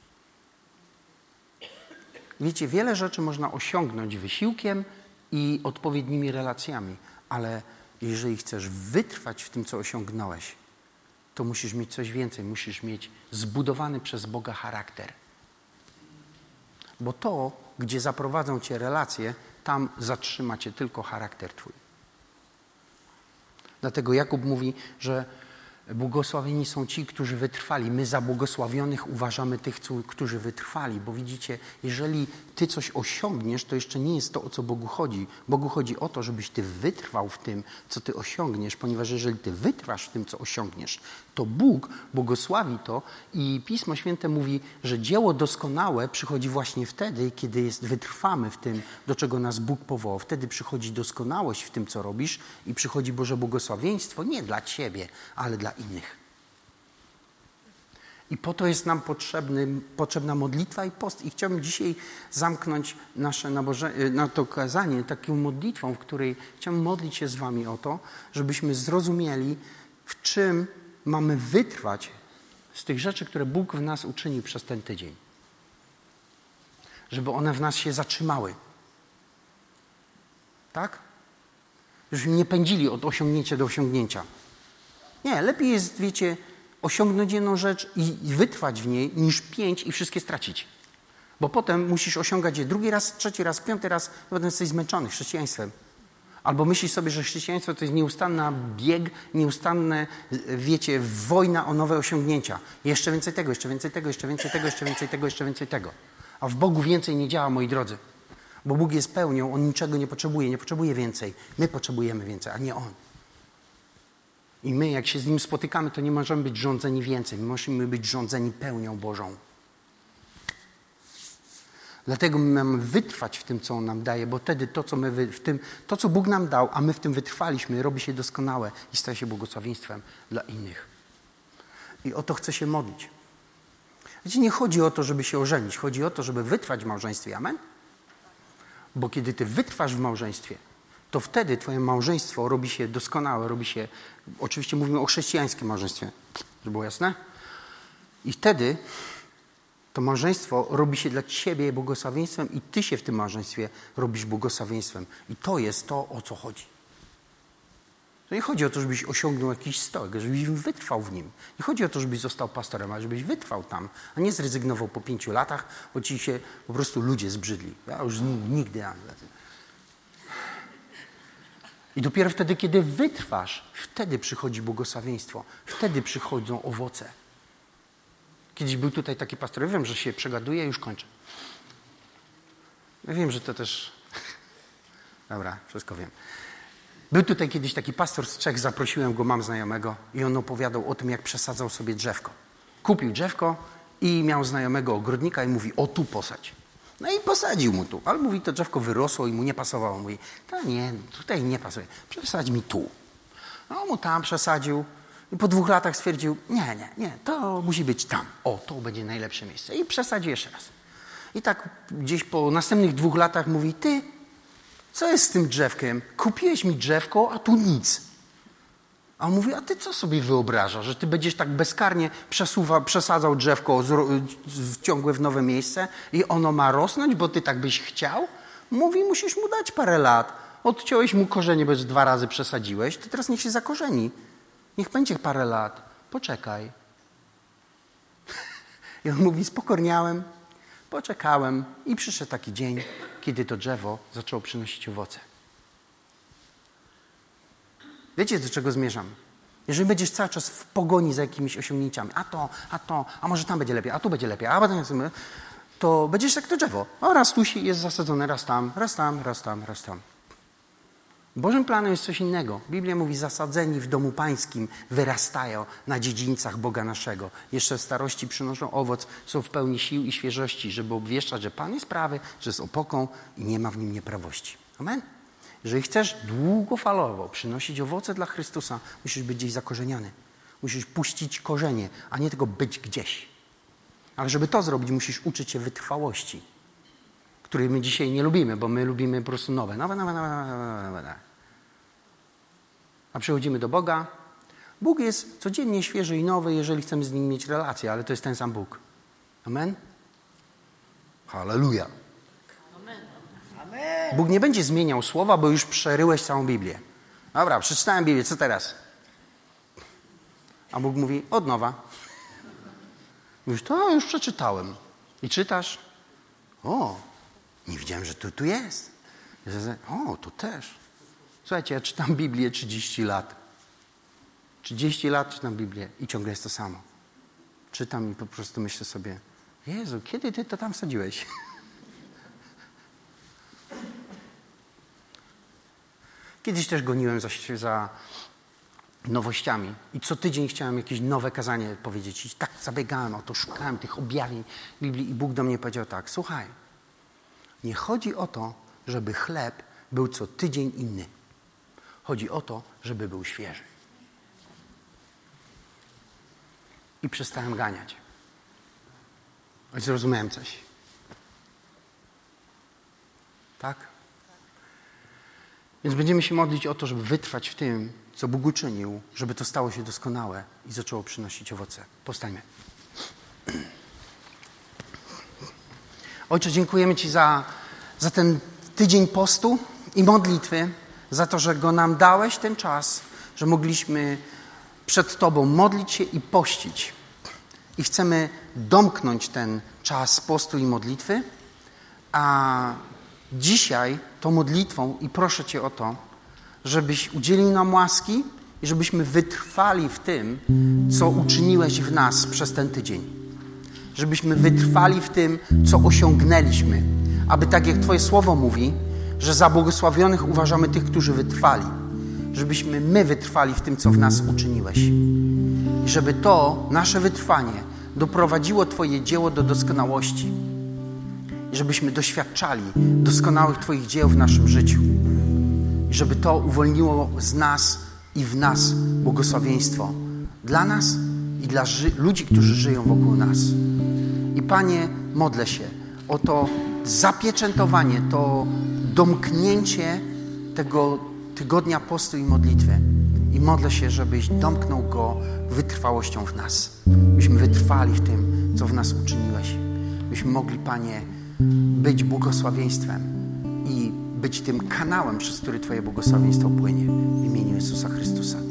[SPEAKER 1] Wiecie, wiele rzeczy można osiągnąć wysiłkiem i odpowiednimi relacjami, ale jeżeli chcesz wytrwać w tym, co osiągnąłeś, to musisz mieć coś więcej, musisz mieć zbudowany przez Boga charakter. Bo to, gdzie zaprowadzą cię relacje, tam zatrzyma cię tylko charakter twój. Dlatego Jakub mówi, że błogosławieni są ci, którzy wytrwali. My za błogosławionych uważamy tych, którzy wytrwali. Bo widzicie, jeżeli ty coś osiągniesz, to jeszcze nie jest to, o co Bogu chodzi. Bogu chodzi o to, żebyś ty wytrwał w tym, co ty osiągniesz, ponieważ jeżeli ty wytrwasz w tym, co osiągniesz, to Bóg błogosławi to i Pismo Święte mówi, że dzieło doskonałe przychodzi właśnie wtedy, kiedy wytrwamy w tym, do czego nas Bóg powołał. Wtedy przychodzi doskonałość w tym, co robisz i przychodzi Boże błogosławieństwo nie dla ciebie, ale dla innych. I po to jest nam potrzebna modlitwa i post. I chciałbym dzisiaj zamknąć na to kazanie taką modlitwą, w której chciałbym modlić się z wami o to, żebyśmy zrozumieli, w czym mamy wytrwać z tych rzeczy, które Bóg w nas uczynił przez ten tydzień. Żeby one w nas się zatrzymały. Tak? Żebyśmy nie pędzili od osiągnięcia do osiągnięcia. Nie, lepiej jest, wiecie, osiągnąć jedną rzecz i wytrwać w niej, niż 5 i wszystkie stracić. Bo potem musisz osiągać je drugi raz, trzeci raz, 5. raz, i potem jesteś zmęczony chrześcijaństwem. Albo myślisz sobie, że chrześcijaństwo to jest nieustanny bieg, nieustanne, wiecie, wojna o nowe osiągnięcia. Jeszcze więcej tego, jeszcze więcej tego, jeszcze więcej tego, jeszcze więcej tego, jeszcze więcej tego. A w Bogu więcej nie działa, moi drodzy. Bo Bóg jest pełnią, On niczego nie potrzebuje więcej. My potrzebujemy więcej, a nie On. I my, jak się z Nim spotykamy, to nie możemy być rządzeni więcej. My musimy być rządzeni pełnią Bożą. Dlatego my mamy wytrwać w tym, co On nam daje, bo wtedy to, co Bóg nam dał, a my w tym wytrwaliśmy, robi się doskonałe i staje się błogosławieństwem dla innych. I o to chcę się modlić. Wiecie, nie chodzi o to, żeby się ożenić. Chodzi o to, żeby wytrwać w małżeństwie. Amen? Bo kiedy ty wytrwasz w małżeństwie, to wtedy twoje małżeństwo robi się doskonałe, robi się... Oczywiście mówimy o chrześcijańskim małżeństwie, żeby było jasne. I wtedy to małżeństwo robi się dla ciebie błogosławieństwem i ty się w tym małżeństwie robisz błogosławieństwem. I to jest to, o co chodzi. To nie chodzi o to, żebyś osiągnął jakiś stołek, żebyś wytrwał w nim. Nie chodzi o to, żebyś został pastorem, ale żebyś wytrwał tam, a nie zrezygnował po 5 latach, bo ci się po prostu ludzie zbrzydli. Ja już nigdy. I dopiero wtedy, kiedy wytrwasz, wtedy przychodzi błogosławieństwo. Wtedy przychodzą owoce. Kiedyś był tutaj taki pastor, ja wiem, że się przegaduję, już kończę. Ja wiem, że to też... Dobra, wszystko wiem. Był tutaj kiedyś taki pastor z Czech, zaprosiłem go, mam znajomego i on opowiadał o tym, jak przesadzał sobie drzewko. Kupił drzewko i miał znajomego ogrodnika i mówi, o tu posadź. No i posadził mu tu, ale mówi, to drzewko wyrosło i mu nie pasowało. Mówi, to nie, tutaj nie pasuje, przesadź mi tu. No mu tam przesadził i po 2 latach stwierdził, nie, to musi być tam. O, to będzie najlepsze miejsce. I przesadził jeszcze raz. I tak gdzieś po następnych 2 latach mówi, ty, co jest z tym drzewkiem? Kupiłeś mi drzewko, a tu nic. A on mówi, a ty co sobie wyobrażasz, że ty będziesz tak bezkarnie przesadzał drzewko ciągłe w nowe miejsce i ono ma rosnąć, bo ty tak byś chciał? Mówi, musisz mu dać parę lat. Odciąłeś mu korzenie, bo już 2 razy przesadziłeś, to teraz niech się zakorzeni. Niech będzie parę lat. Poczekaj. I on mówi, spokorniałem, poczekałem i przyszedł taki dzień, kiedy to drzewo zaczęło przynosić owoce. Wiecie, do czego zmierzam? Jeżeli będziesz cały czas w pogoni za jakimiś osiągnięciami, a może tam będzie lepiej, a tu będzie lepiej, to będziesz jak to drzewo. O, raz tu jest zasadzone, raz tam, raz tam, raz tam, raz tam. Bożym planem jest coś innego. Biblia mówi, zasadzeni w domu pańskim wyrastają na dziedzińcach Boga naszego. Jeszcze w starości przynoszą owoc, są w pełni sił i świeżości, żeby obwieszczać, że Pan jest prawy, że jest opoką i nie ma w nim nieprawości. Amen? Jeżeli chcesz długofalowo przynosić owoce dla Chrystusa, musisz być gdzieś zakorzeniony. Musisz puścić korzenie, a nie tylko być gdzieś. Ale żeby to zrobić, musisz uczyć się wytrwałości, której my dzisiaj nie lubimy, bo my lubimy po prostu nowe. A przychodzimy do Boga. Bóg jest codziennie świeży i nowy, jeżeli chcemy z Nim mieć relację, ale to jest ten sam Bóg. Amen? Halleluja. Bóg nie będzie zmieniał słowa, bo już przeryłeś całą Biblię. Dobra, przeczytałem Biblię, co teraz? A Bóg mówi, od nowa. Mówisz, to już przeczytałem. I czytasz? O, nie wiedziałem, że to tu jest. O, to też. Słuchajcie, ja czytam Biblię 30 lat. 30 lat czytam Biblię i ciągle jest to samo. Czytam i po prostu myślę sobie, Jezu, kiedy ty to tam wsadziłeś? Kiedyś też goniłem za nowościami i co tydzień chciałem jakieś nowe kazanie powiedzieć. I tak zabiegałem o to, szukałem tych objawień Biblii i Bóg do mnie powiedział tak, słuchaj, nie chodzi o to, żeby chleb był co tydzień inny. Chodzi o to, żeby był świeży. I przestałem ganiać. I zrozumiałem coś. Tak? Więc będziemy się modlić o to, żeby wytrwać w tym, co Bóg uczynił, żeby to stało się doskonałe i zaczęło przynosić owoce. Powstańmy. Ojcze, dziękujemy Ci za ten tydzień postu i modlitwy. za to, że go nam dałeś ten czas, że mogliśmy przed Tobą modlić się i pościć. I chcemy domknąć ten czas postu i modlitwy, a dzisiaj tą modlitwą i proszę Cię o to, żebyś udzielił nam łaski i żebyśmy wytrwali w tym, co uczyniłeś w nas przez ten tydzień. Żebyśmy wytrwali w tym, co osiągnęliśmy. Aby tak jak Twoje słowo mówi, że za błogosławionych uważamy tych, którzy wytrwali. Żebyśmy my wytrwali w tym, co w nas uczyniłeś. I żeby to, nasze wytrwanie, doprowadziło Twoje dzieło do doskonałości. I żebyśmy doświadczali doskonałych Twoich dzieł w naszym życiu. I żeby to uwolniło z nas i w nas błogosławieństwo dla nas i dla ludzi, którzy żyją wokół nas. I Panie, modlę się o to zapieczętowanie, to domknięcie tego tygodnia postu i modlitwy. I modlę się, żebyś domknął go wytrwałością w nas. Byśmy wytrwali w tym, co w nas uczyniłeś. Byśmy mogli, Panie, być błogosławieństwem i być tym kanałem, przez który Twoje błogosławieństwo płynie. W imieniu Jezusa Chrystusa.